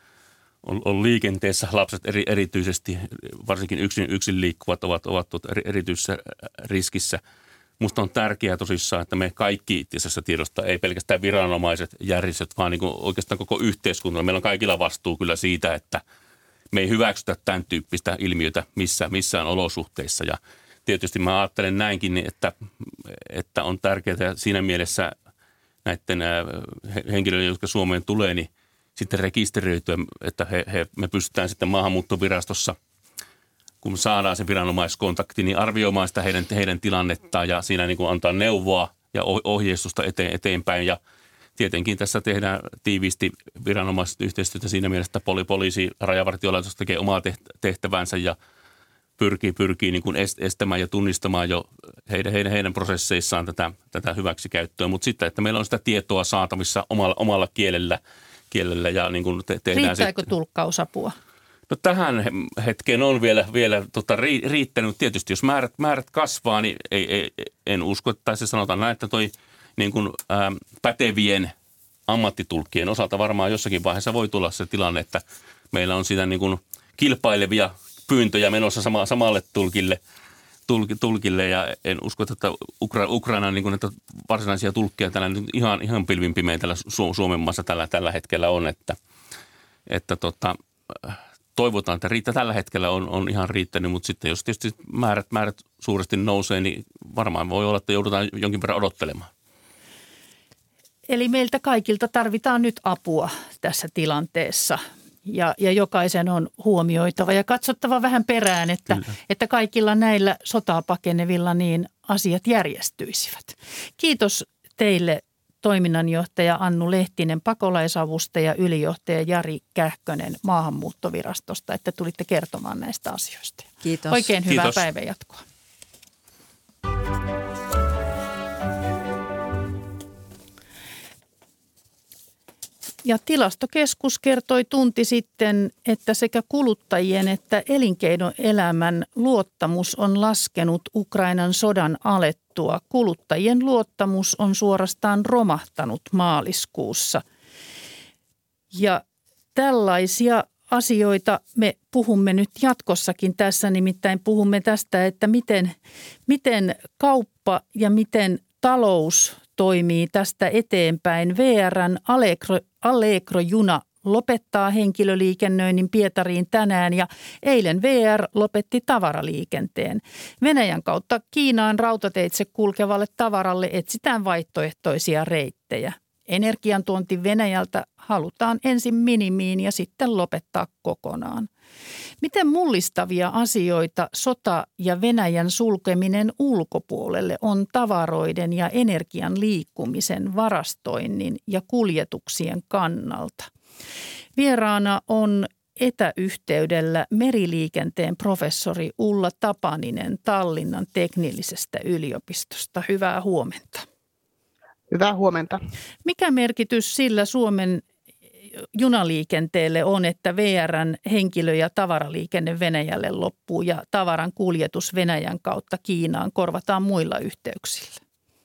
on, on liikenteessä. Lapset eri, erityisesti, varsinkin yksin, yksin liikkuvat, ovat, ovat eri, erityisessä riskissä. Musta on tärkeää tosissaan, että me kaikki itse asiassa tiedostaa, ei pelkästään viranomaiset, järjestöt, vaan niin kuin oikeastaan koko yhteiskunta. Meillä on kaikilla vastuu kyllä siitä, että me ei hyväksytä tämän tyyppistä ilmiötä missä, missään olosuhteissa. Ja tietysti mä ajattelen näinkin, että, että on tärkeää siinä mielessä näiden henkilöiden, jotka Suomeen tulee, niin sitten rekisteröityä, että he, he, me pystytään sitten maahanmuuttovirastossa, kun saadaan se viranomaiskontakti, niin arvioimaan sitä heidän, heidän tilannettaan ja siinä niin kuin antaa neuvoa ja ohjeistusta eteen, eteenpäin. Ja tietenkin tässä tehdään tiiviisti viranomaisyhteistyötä siinä mielessä, että poliisi, rajavartiolaitos tekee omaa tehtävänsä ja pyrkii, pyrkii niin kuin estämään ja tunnistamaan jo heidän, heidän, heidän prosesseissaan tätä, tätä hyväksikäyttöä. Mutta sitten, että meillä on sitä tietoa saatavissa omalla, omalla kielellä, kielellä ja niin kuin te, tehdään. Riittääkö sit tulkkausapua? No tähän hetkeen on vielä, vielä tota, riittänyt. Tietysti jos määrät, määrät kasvaa, niin ei, ei, en usko, tai se sanotaan näin, että toi niin kuin, ää, pätevien ammattitulkkien osalta varmaan jossakin vaiheessa voi tulla se tilanne, että meillä on sitä niin kuin kilpailevia pyyntöjä menossa sama, samalle tulkille, tulki, tulkille ja en usko, että Ukra, Ukrainan niin kuin, että varsinaisia tulkkeja täällä nyt ihan, ihan pilvin pimein täällä Su- Suomen maassa tällä, tällä hetkellä on, että, että tota, toivotaan, että riittää tällä hetkellä on, on ihan riittänyt, mutta sitten jos tietysti määrät, määrät suuresti nousee, niin varmaan voi olla, että joudutaan jonkin verran odottelemaan. Eli meiltä kaikilta tarvitaan nyt apua tässä tilanteessa ja, ja jokaisen on huomioitava ja katsottava vähän perään, että, että kaikilla näillä sotaa pakenevilla niin asiat järjestyisivät. Kiitos teille toiminnanjohtaja Annu Lehtinen, pakolaisavustaja, ylijohtaja Jari Kähkönen Maahanmuuttovirastosta, että tulitte kertomaan näistä asioista. Kiitos. Oikein hyvää Kiitos. päivänjatkoa. Ja Tilastokeskus kertoi tunti sitten, että sekä kuluttajien että elinkeinoelämän luottamus on laskenut Ukrainan sodan alettua. Kuluttajien luottamus on suorastaan romahtanut maaliskuussa. Ja tällaisia asioita me puhumme nyt jatkossakin tässä, nimittäin puhumme tästä, että miten, miten kauppa ja miten talous toimii tästä eteenpäin. V R:n Allegro, Allegro-juna lopettaa henkilöliikennöinnin Pietariin tänään ja eilen V R lopetti tavaraliikenteen. Venäjän kautta Kiinaan rautateitse kulkevalle tavaralle etsitään vaihtoehtoisia reittejä. Energiantuonti Venäjältä halutaan ensin minimiin ja sitten lopettaa kokonaan. Miten mullistavia asioita sota ja Venäjän sulkeminen ulkopuolelle on tavaroiden ja energian liikkumisen, varastoinnin ja kuljetuksien kannalta? Vieraana on etäyhteydellä meriliikenteen professori Ulla Tapaninen Tallinnan teknillisestä yliopistosta. Hyvää huomenta. Hyvää huomenta. Mikä merkitys sillä Suomen junaliikenteelle on, että V R:n henkilö- ja tavaraliikenne Venäjälle loppuu ja tavaran kuljetus Venäjän kautta Kiinaan korvataan muilla yhteyksillä?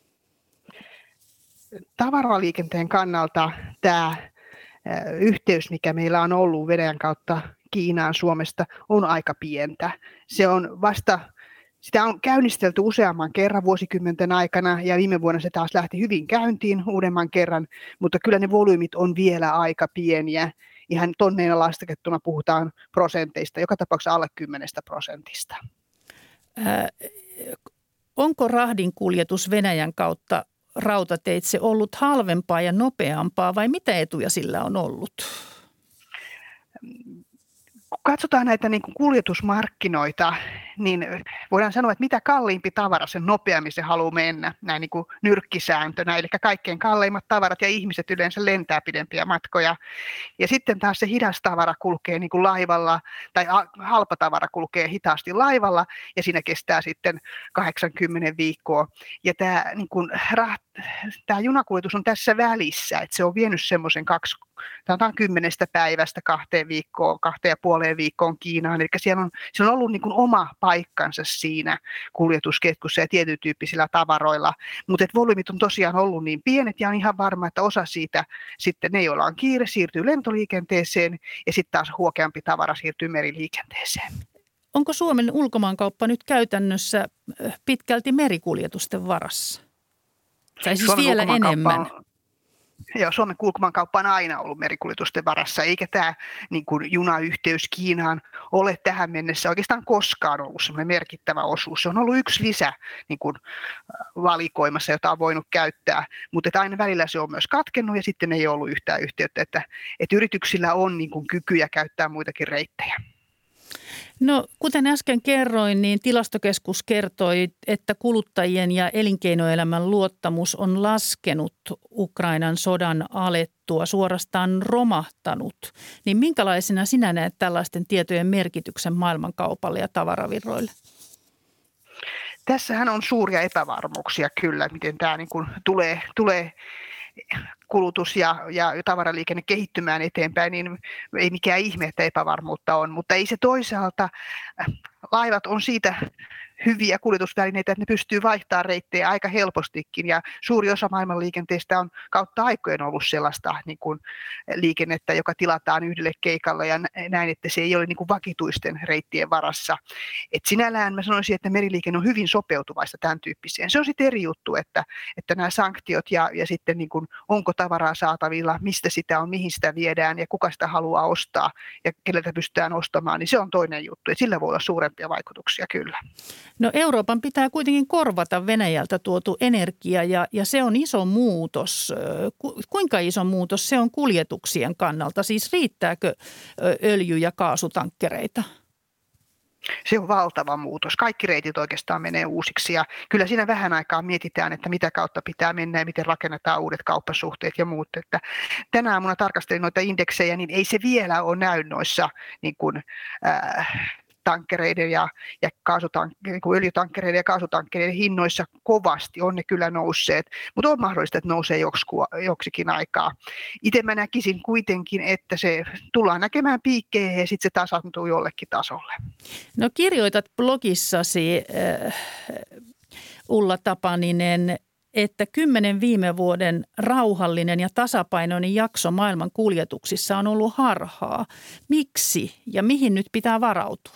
Tavaraliikenteen kannalta tämä yhteys, mikä meillä on ollut Venäjän kautta Kiinaan Suomesta, on aika pientä. Se on vasta, sitä on käynnistelty useamman kerran vuosikymmenten aikana ja viime vuonna se taas lähti hyvin käyntiin uudemman kerran, mutta kyllä ne volyymit on vielä aika pieniä. Ihan tonneina laskettuna puhutaan prosenteista, joka tapauksessa alle kymmenestä prosentista. Ää, onko rahdin kuljetus Venäjän kautta rautateitse ollut halvempaa ja nopeampaa vai mitä etuja sillä on ollut? Kun katsotaan näitä niin kuin kuljetusmarkkinoita, niin voidaan sanoa, että mitä kalliimpi tavara, sen nopeammin se haluaa mennä, näin niin kuin nyrkkisääntönä. Eli kaikkein kalleimmat tavarat ja ihmiset yleensä lentää pidempiä matkoja. Ja sitten taas se hidas tavara kulkee niin kuin laivalla, tai halpa tavara kulkee hitaasti laivalla, ja siinä kestää sitten kahdeksankymmentä viikkoa. Ja tämä, niin kuin, tämä junakuljetus on tässä välissä, että se on vienyt semmoisen kaksi, sanotaan kymmenestä päivästä kahteen viikkoon, kahteen ja puoleen viikkoon Kiinaan. Eli siellä on, siellä on ollut niin kuin oma paikkansa siinä kuljetusketjussa ja tietyn tyyppisillä tavaroilla. Mutta volyymit on tosiaan ollut niin pienet ja on ihan varma, että osa siitä sitten ne, joilla on kiire, siirtyy lentoliikenteeseen ja sitten taas huokeampi tavara siirtyy meriliikenteeseen. Onko Suomen ulkomaankauppa nyt käytännössä pitkälti merikuljetusten varassa? Tai siis Suomen vielä enemmän? On, joo, Suomen ulkomaankauppa on aina ollut merikuljetusten varassa, eikä tämä niin kuin junayhteys Kiinaan ole tähän mennessä oikeastaan koskaan ollut semmoinen merkittävä osuus. Se on ollut yksi lisä niin kuin valikoimassa, jota on voinut käyttää, mutta aina välillä se on myös katkennut ja sitten ei ollut yhtään yhteyttä, että, että yrityksillä on niin kuin kykyjä käyttää muitakin reittejä. No, kuten äsken kerroin, niin Tilastokeskus kertoi, että kuluttajien ja elinkeinoelämän luottamus on laskenut Ukrainan sodan alettua, suorastaan romahtanut. Niin minkälaisena sinä näet tällaisten tietojen merkityksen maailmankaupalle ja tavaravirroille? Tässähän on suuria epävarmuuksia kyllä, miten tämä niin kuin tulee, tulee kulutus ja, ja tavaraliikenne kehittymään eteenpäin, niin ei mikään ihme, että epävarmuutta on, mutta ei se toisaalta, laivat on siitä hyviä kuljetusvälineitä, että ne pystyy vaihtamaan reittejä aika helpostikin ja suuri osa maailman liikenteestä on kautta aikojen ollut sellaista niin kuin liikennettä, joka tilataan yhdelle keikalle ja näin, että se ei ole niin kuin vakituisten reittien varassa. Et sinällään mä sanoisin, että meriliikenne on hyvin sopeutuvaista tämän tyyppiseen. Se on sitten eri juttu, että, että nämä sanktiot ja, ja sitten niin kuin, onko tavaraa saatavilla, mistä sitä on, mihin sitä viedään ja kuka sitä haluaa ostaa ja keneltä pystytään ostamaan, niin se on toinen juttu. Et sillä voi olla suurempia vaikutuksia kyllä. No Euroopan pitää kuitenkin korvata Venäjältä tuotu energia ja, ja se on iso muutos. Ku, kuinka iso muutos se on kuljetuksien kannalta? Siis riittääkö öljy- ja kaasutankkereita? Se on valtava muutos. Kaikki reitit oikeastaan menee uusiksi ja kyllä siinä vähän aikaa mietitään, että mitä kautta pitää mennä ja miten rakennetaan uudet kauppasuhteet ja muut. Että tänä aamuna tarkastelin noita indeksejä, niin ei se vielä ole näy noissa niin kuin, äh, tankkereiden ja, ja kaasutankkereiden, öljytankkereiden ja kaasutankkereiden hinnoissa kovasti on ne kyllä nousseet, mutta on mahdollista, että nousee joksikin, joksikin aikaa. Itse mä näkisin kuitenkin, että se tullaan näkemään piikkejä ja sitten se tasaantuu jollekin tasolle. No kirjoitat blogissasi, äh, Ulla Tapaninen, että kymmenen viime vuoden rauhallinen ja tasapainoinen jakso maailman kuljetuksissa on ollut harhaa. Miksi ja mihin nyt pitää varautua?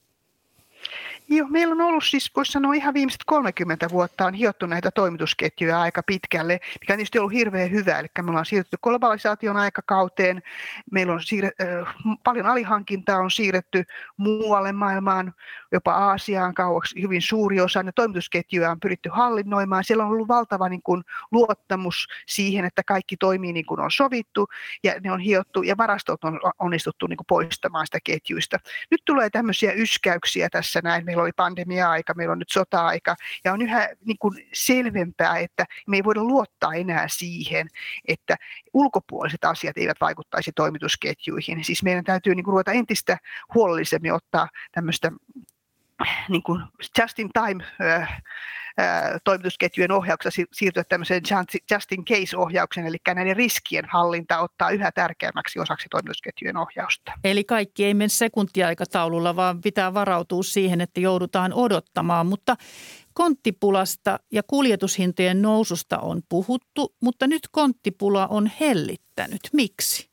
Joo, meillä on ollut siis, voisi sanoa ihan viimeiset kolmekymmentä vuotta on hiottu näitä toimitusketjuja aika pitkälle, mikä on tietysti ollut hirveän hyvä. Eli me ollaan siirrytty globalisaation aikakauteen, meillä on siirre, äh, paljon alihankintaa on siirretty muualle maailmaan, jopa Aasiaan kauaksi hyvin suuri osa. Ne toimitusketjuja on pyritty hallinnoimaan. Siellä on ollut valtava niin kuin, luottamus siihen, että kaikki toimii niin kuin on sovittu ja ne on hiottu ja varastot on onnistuttu niin kuin poistamaan sitä ketjuista. Nyt tulee tämmöisiä yskäyksiä tässä näin. Meillä oli pandemia-aika, meillä on nyt sota-aika ja on yhä niin kuin selvempää, että me ei voida luottaa enää siihen, että ulkopuoliset asiat eivät vaikuttaisi toimitusketjuihin. Siis meidän täytyy niin kuin ruveta entistä huolellisemmin ottaa tämmöistä niin kuin just in time äh, toimitusketjujen ohjauksessa siirtyä tämmöiseen just in case-ohjauksen, eli näiden riskien hallinta ottaa yhä tärkeämmäksi osaksi toimitusketjujen ohjausta. Eli kaikki ei mene sekuntiaikataululla, vaan pitää varautua siihen, että joudutaan odottamaan, mutta konttipulasta ja kuljetushintojen noususta on puhuttu, mutta nyt konttipula on hellittänyt. Miksi?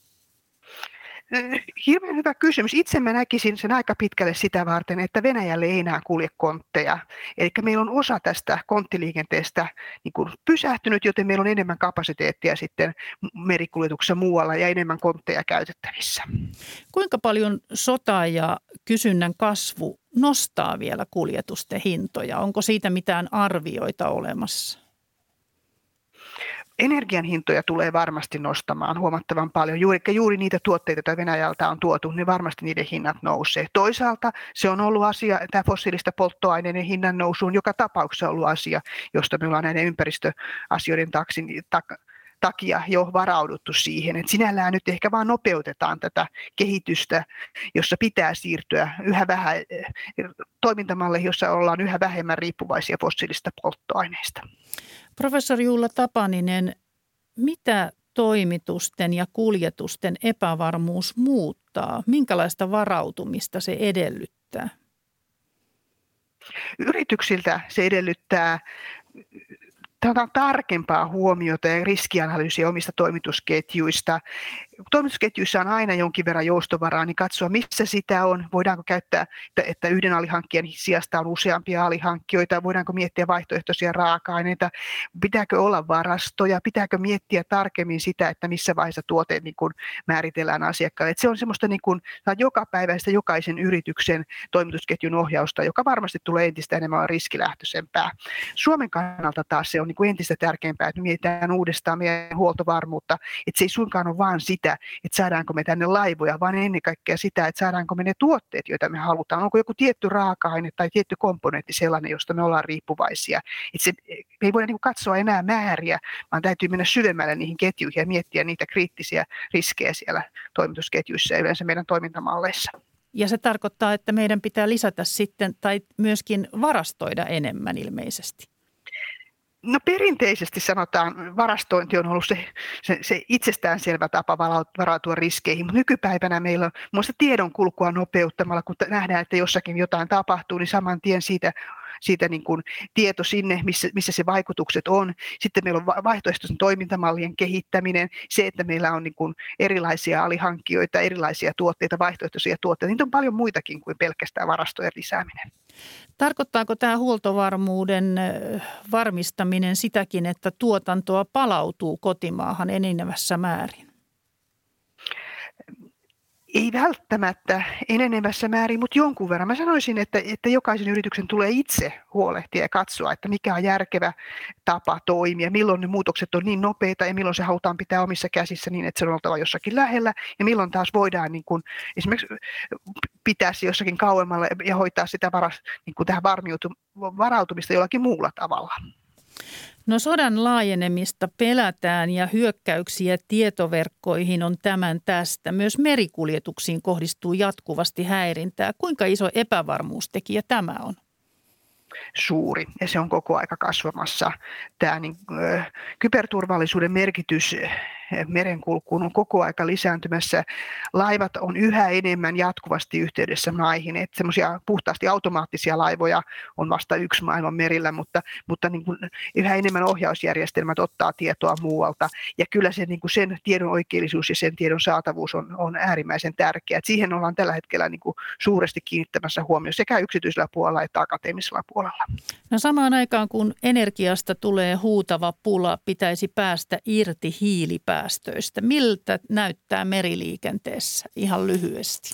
Hirveän hyvä kysymys. Itse mä näkisin sen aika pitkälle sitä varten, että Venäjälle ei enää kulje kontteja. Eli meillä on osa tästä konttiliikenteestä niin kuin pysähtynyt, joten meillä on enemmän kapasiteettia sitten merikuljetuksessa muualla ja enemmän kontteja käytettävissä. Kuinka paljon sota ja kysynnän kasvu nostaa vielä kuljetusten hintoja? Onko siitä mitään arvioita olemassa? Energian hintoja tulee varmasti nostamaan huomattavan paljon. Juuri, juuri niitä tuotteita, joita Venäjältä on tuotu, niin varmasti niiden hinnat nousee. Toisaalta se on ollut asia, tämä fossiilista polttoaineiden hinnan nousu on joka tapauksessa ollut asia, josta me ollaan näiden ympäristöasioiden taksin, tak, takia jo varauduttu siihen. Et sinällään nyt ehkä vaan nopeutetaan tätä kehitystä, jossa pitää siirtyä yhä vähän toimintamalle, jossa ollaan yhä vähemmän riippuvaisia fossiilista polttoaineista. Professori Ulla Tapaninen, mitä toimitusten ja kuljetusten epävarmuus muuttaa? Minkälaista varautumista se edellyttää? Yrityksiltä se edellyttää tarkempaa huomiota ja riskianalyysiä omista toimitusketjuista. Toimitusketjuissa on aina jonkin verran joustovaraa, niin katsoa missä sitä on. Voidaanko käyttää, että yhden alihankkijan sijasta on useampia alihankkijoita, voidaanko miettiä vaihtoehtoisia raaka-aineita, pitääkö olla varastoja, pitääkö miettiä tarkemmin sitä, että missä vaiheessa tuote niin kuin määritellään asiakkaalle. Että se on semmoista niin kuin, jokapäiväistä jokaisen yrityksen toimitusketjun ohjausta, joka varmasti tulee entistä enemmän riskilähtöisempää. Suomen kannalta taas se on niin kuin entistä tärkeämpää, että mietitään uudestaan meidän huoltovarmuutta, että se ei suinkaan ole vaan sitä, että saadaanko me tänne laivoja, vaan ennen kaikkea sitä, että saadaanko me ne tuotteet, joita me halutaan. Onko joku tietty raaka-aine tai tietty komponentti sellainen, josta me ollaan riippuvaisia. Että se, me ei voida niin kuin katsoa enää määriä, vaan täytyy mennä syvemmälle niihin ketjuihin ja miettiä niitä kriittisiä riskejä siellä toimitusketjuissa ja yleensä meidän toimintamalleissa. Ja se tarkoittaa, että meidän pitää lisätä sitten tai myöskin varastoida enemmän ilmeisesti. No perinteisesti sanotaan, varastointi on ollut se, se, se itsestäänselvä tapa varautua riskeihin, mutta nykypäivänä meillä on muun muassa tiedonkulkua nopeuttamalla, kun nähdään, että jossakin jotain tapahtuu, niin saman tien siitä, siitä niin kuin tieto sinne, missä, missä se vaikutukset on. Sitten meillä on vaihtoehtoisen toimintamallien kehittäminen, se, että meillä on niin kuin erilaisia alihankkijoita, erilaisia tuotteita, vaihtoehtoisia tuotteita. Niitä on paljon muitakin kuin pelkästään varastojen lisääminen. Tarkoittaako tämä huoltovarmuuden varmistaminen sitäkin, että tuotantoa palautuu kotimaahan enenevässä määrin? Ei välttämättä enenevässä määrin, mutta jonkun verran. Mä sanoisin, että, että jokaisen yrityksen tulee itse huolehtia ja katsoa, että mikä on järkevä tapa toimia, milloin ne muutokset on niin nopeita ja milloin se halutaan pitää omissa käsissä niin, että se on oltava jossakin lähellä ja milloin taas voidaan niin kuin, esimerkiksi pitää se jossakin kauemmalla ja hoitaa sitä varas, niin kuin tähän varautumista jollakin muulla tavalla. No sodan laajenemista pelätään ja hyökkäyksiä tietoverkkoihin on tämän tästä. Myös merikuljetuksiin kohdistuu jatkuvasti häirintää. Kuinka iso epävarmuustekijä tämä on? Suuri ja se on koko aika kasvamassa. Tämä niin, ö, kyberturvallisuuden merkitys merenkulkuun on koko aika lisääntymässä. Laivat on yhä enemmän jatkuvasti yhteydessä maihin. Että semmoisia puhtaasti automaattisia laivoja on vasta yksi maailman merillä, mutta, mutta niin kuin yhä enemmän ohjausjärjestelmät ottaa tietoa muualta. Ja kyllä se, niin kuin sen tiedon oikeellisuus ja sen tiedon saatavuus on, on äärimmäisen tärkeää. Että siihen ollaan tällä hetkellä niin kuin suuresti kiinnittämässä huomioon sekä yksityisellä puolella että akateemisella puolella. No samaan aikaan kun energiasta tulee huutava pula, pitäisi päästä irti hiilipäästöistä. Miltä näyttää meriliikenteessä ihan lyhyesti?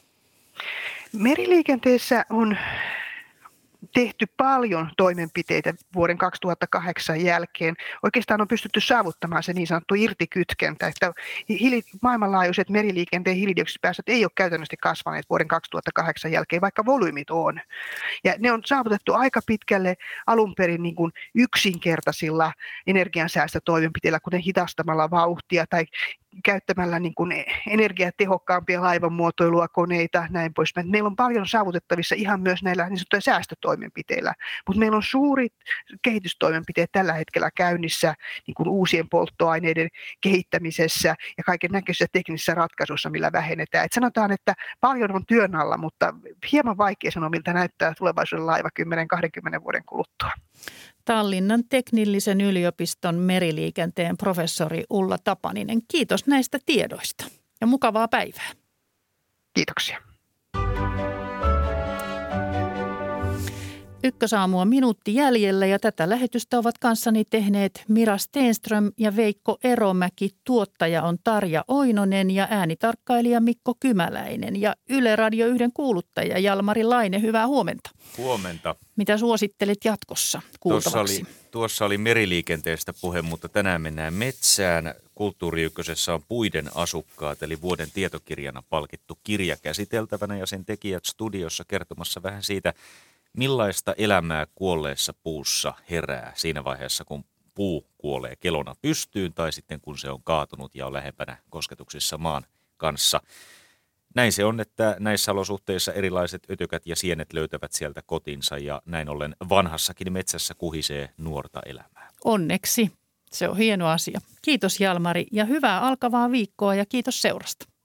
Meriliikenteessä on tehty paljon toimenpiteitä vuoden kaksituhattakahdeksan jälkeen. Oikeastaan on pystytty saavuttamaan se niin sanottu irtikytkentä, että maailmanlaajuiset meriliikenteen hiilidioksidipäästöt ei ole käytännössä kasvaneet vuoden kaksituhattakahdeksan jälkeen, vaikka volyymit on. Ja ne on saavutettu aika pitkälle alun perin niin kuin yksinkertaisilla energiansäästötoimenpiteillä, kuten hidastamalla vauhtia tai käyttämällä niin kuin energiatehokkaampia laivanmuotoilua, koneita, näin poispäin. Meillä on paljon saavutettavissa ihan myös näillä niin sanottuilla säästötoimenpiteillä, mutta meillä on suurit kehitystoimenpiteet tällä hetkellä käynnissä niin kuin uusien polttoaineiden kehittämisessä ja kaiken näköisissä teknisissä ratkaisuissa, millä vähennetään. Et sanotaan, että paljon on työn alla, mutta hieman vaikea sanoa, miltä näyttää tulevaisuuden laiva kymmenen kaksikymmentä vuoden kuluttua. Tallinnan teknillisen yliopiston meriliikenteen professori Ulla Tapaninen. Kiitos näistä tiedoista ja mukavaa päivää. Kiitoksia. Ykkösaamua minuutti jäljellä ja tätä lähetystä ovat kanssani tehneet Mira Stenström ja Veikko Eromäki. Tuottaja on Tarja Oinonen ja äänitarkkailija Mikko Kymäläinen ja Yle Radio yhden kuuluttaja Jalmari Laine. Hyvää huomenta. Huomenta. Mitä suosittelet jatkossa kuultavaksi? Tuossa oli, tuossa oli meriliikenteestä puhe, mutta tänään mennään metsään. Kulttuuri Ykkösessä on Puiden asukkaat, eli vuoden tietokirjana palkittu kirja käsiteltävänä ja sen tekijät studiossa kertomassa vähän siitä, millaista elämää kuolleessa puussa herää siinä vaiheessa, kun puu kuolee kelona pystyyn tai sitten kun se on kaatunut ja on lähempänä kosketuksissa maan kanssa. Näin se on, että näissä olosuhteissa erilaiset ötökät ja sienet löytävät sieltä kotinsa ja näin ollen vanhassakin metsässä kuhisee nuorta elämää. Onneksi. Se on hieno asia. Kiitos Jalmari ja hyvää alkavaa viikkoa ja kiitos seurasta.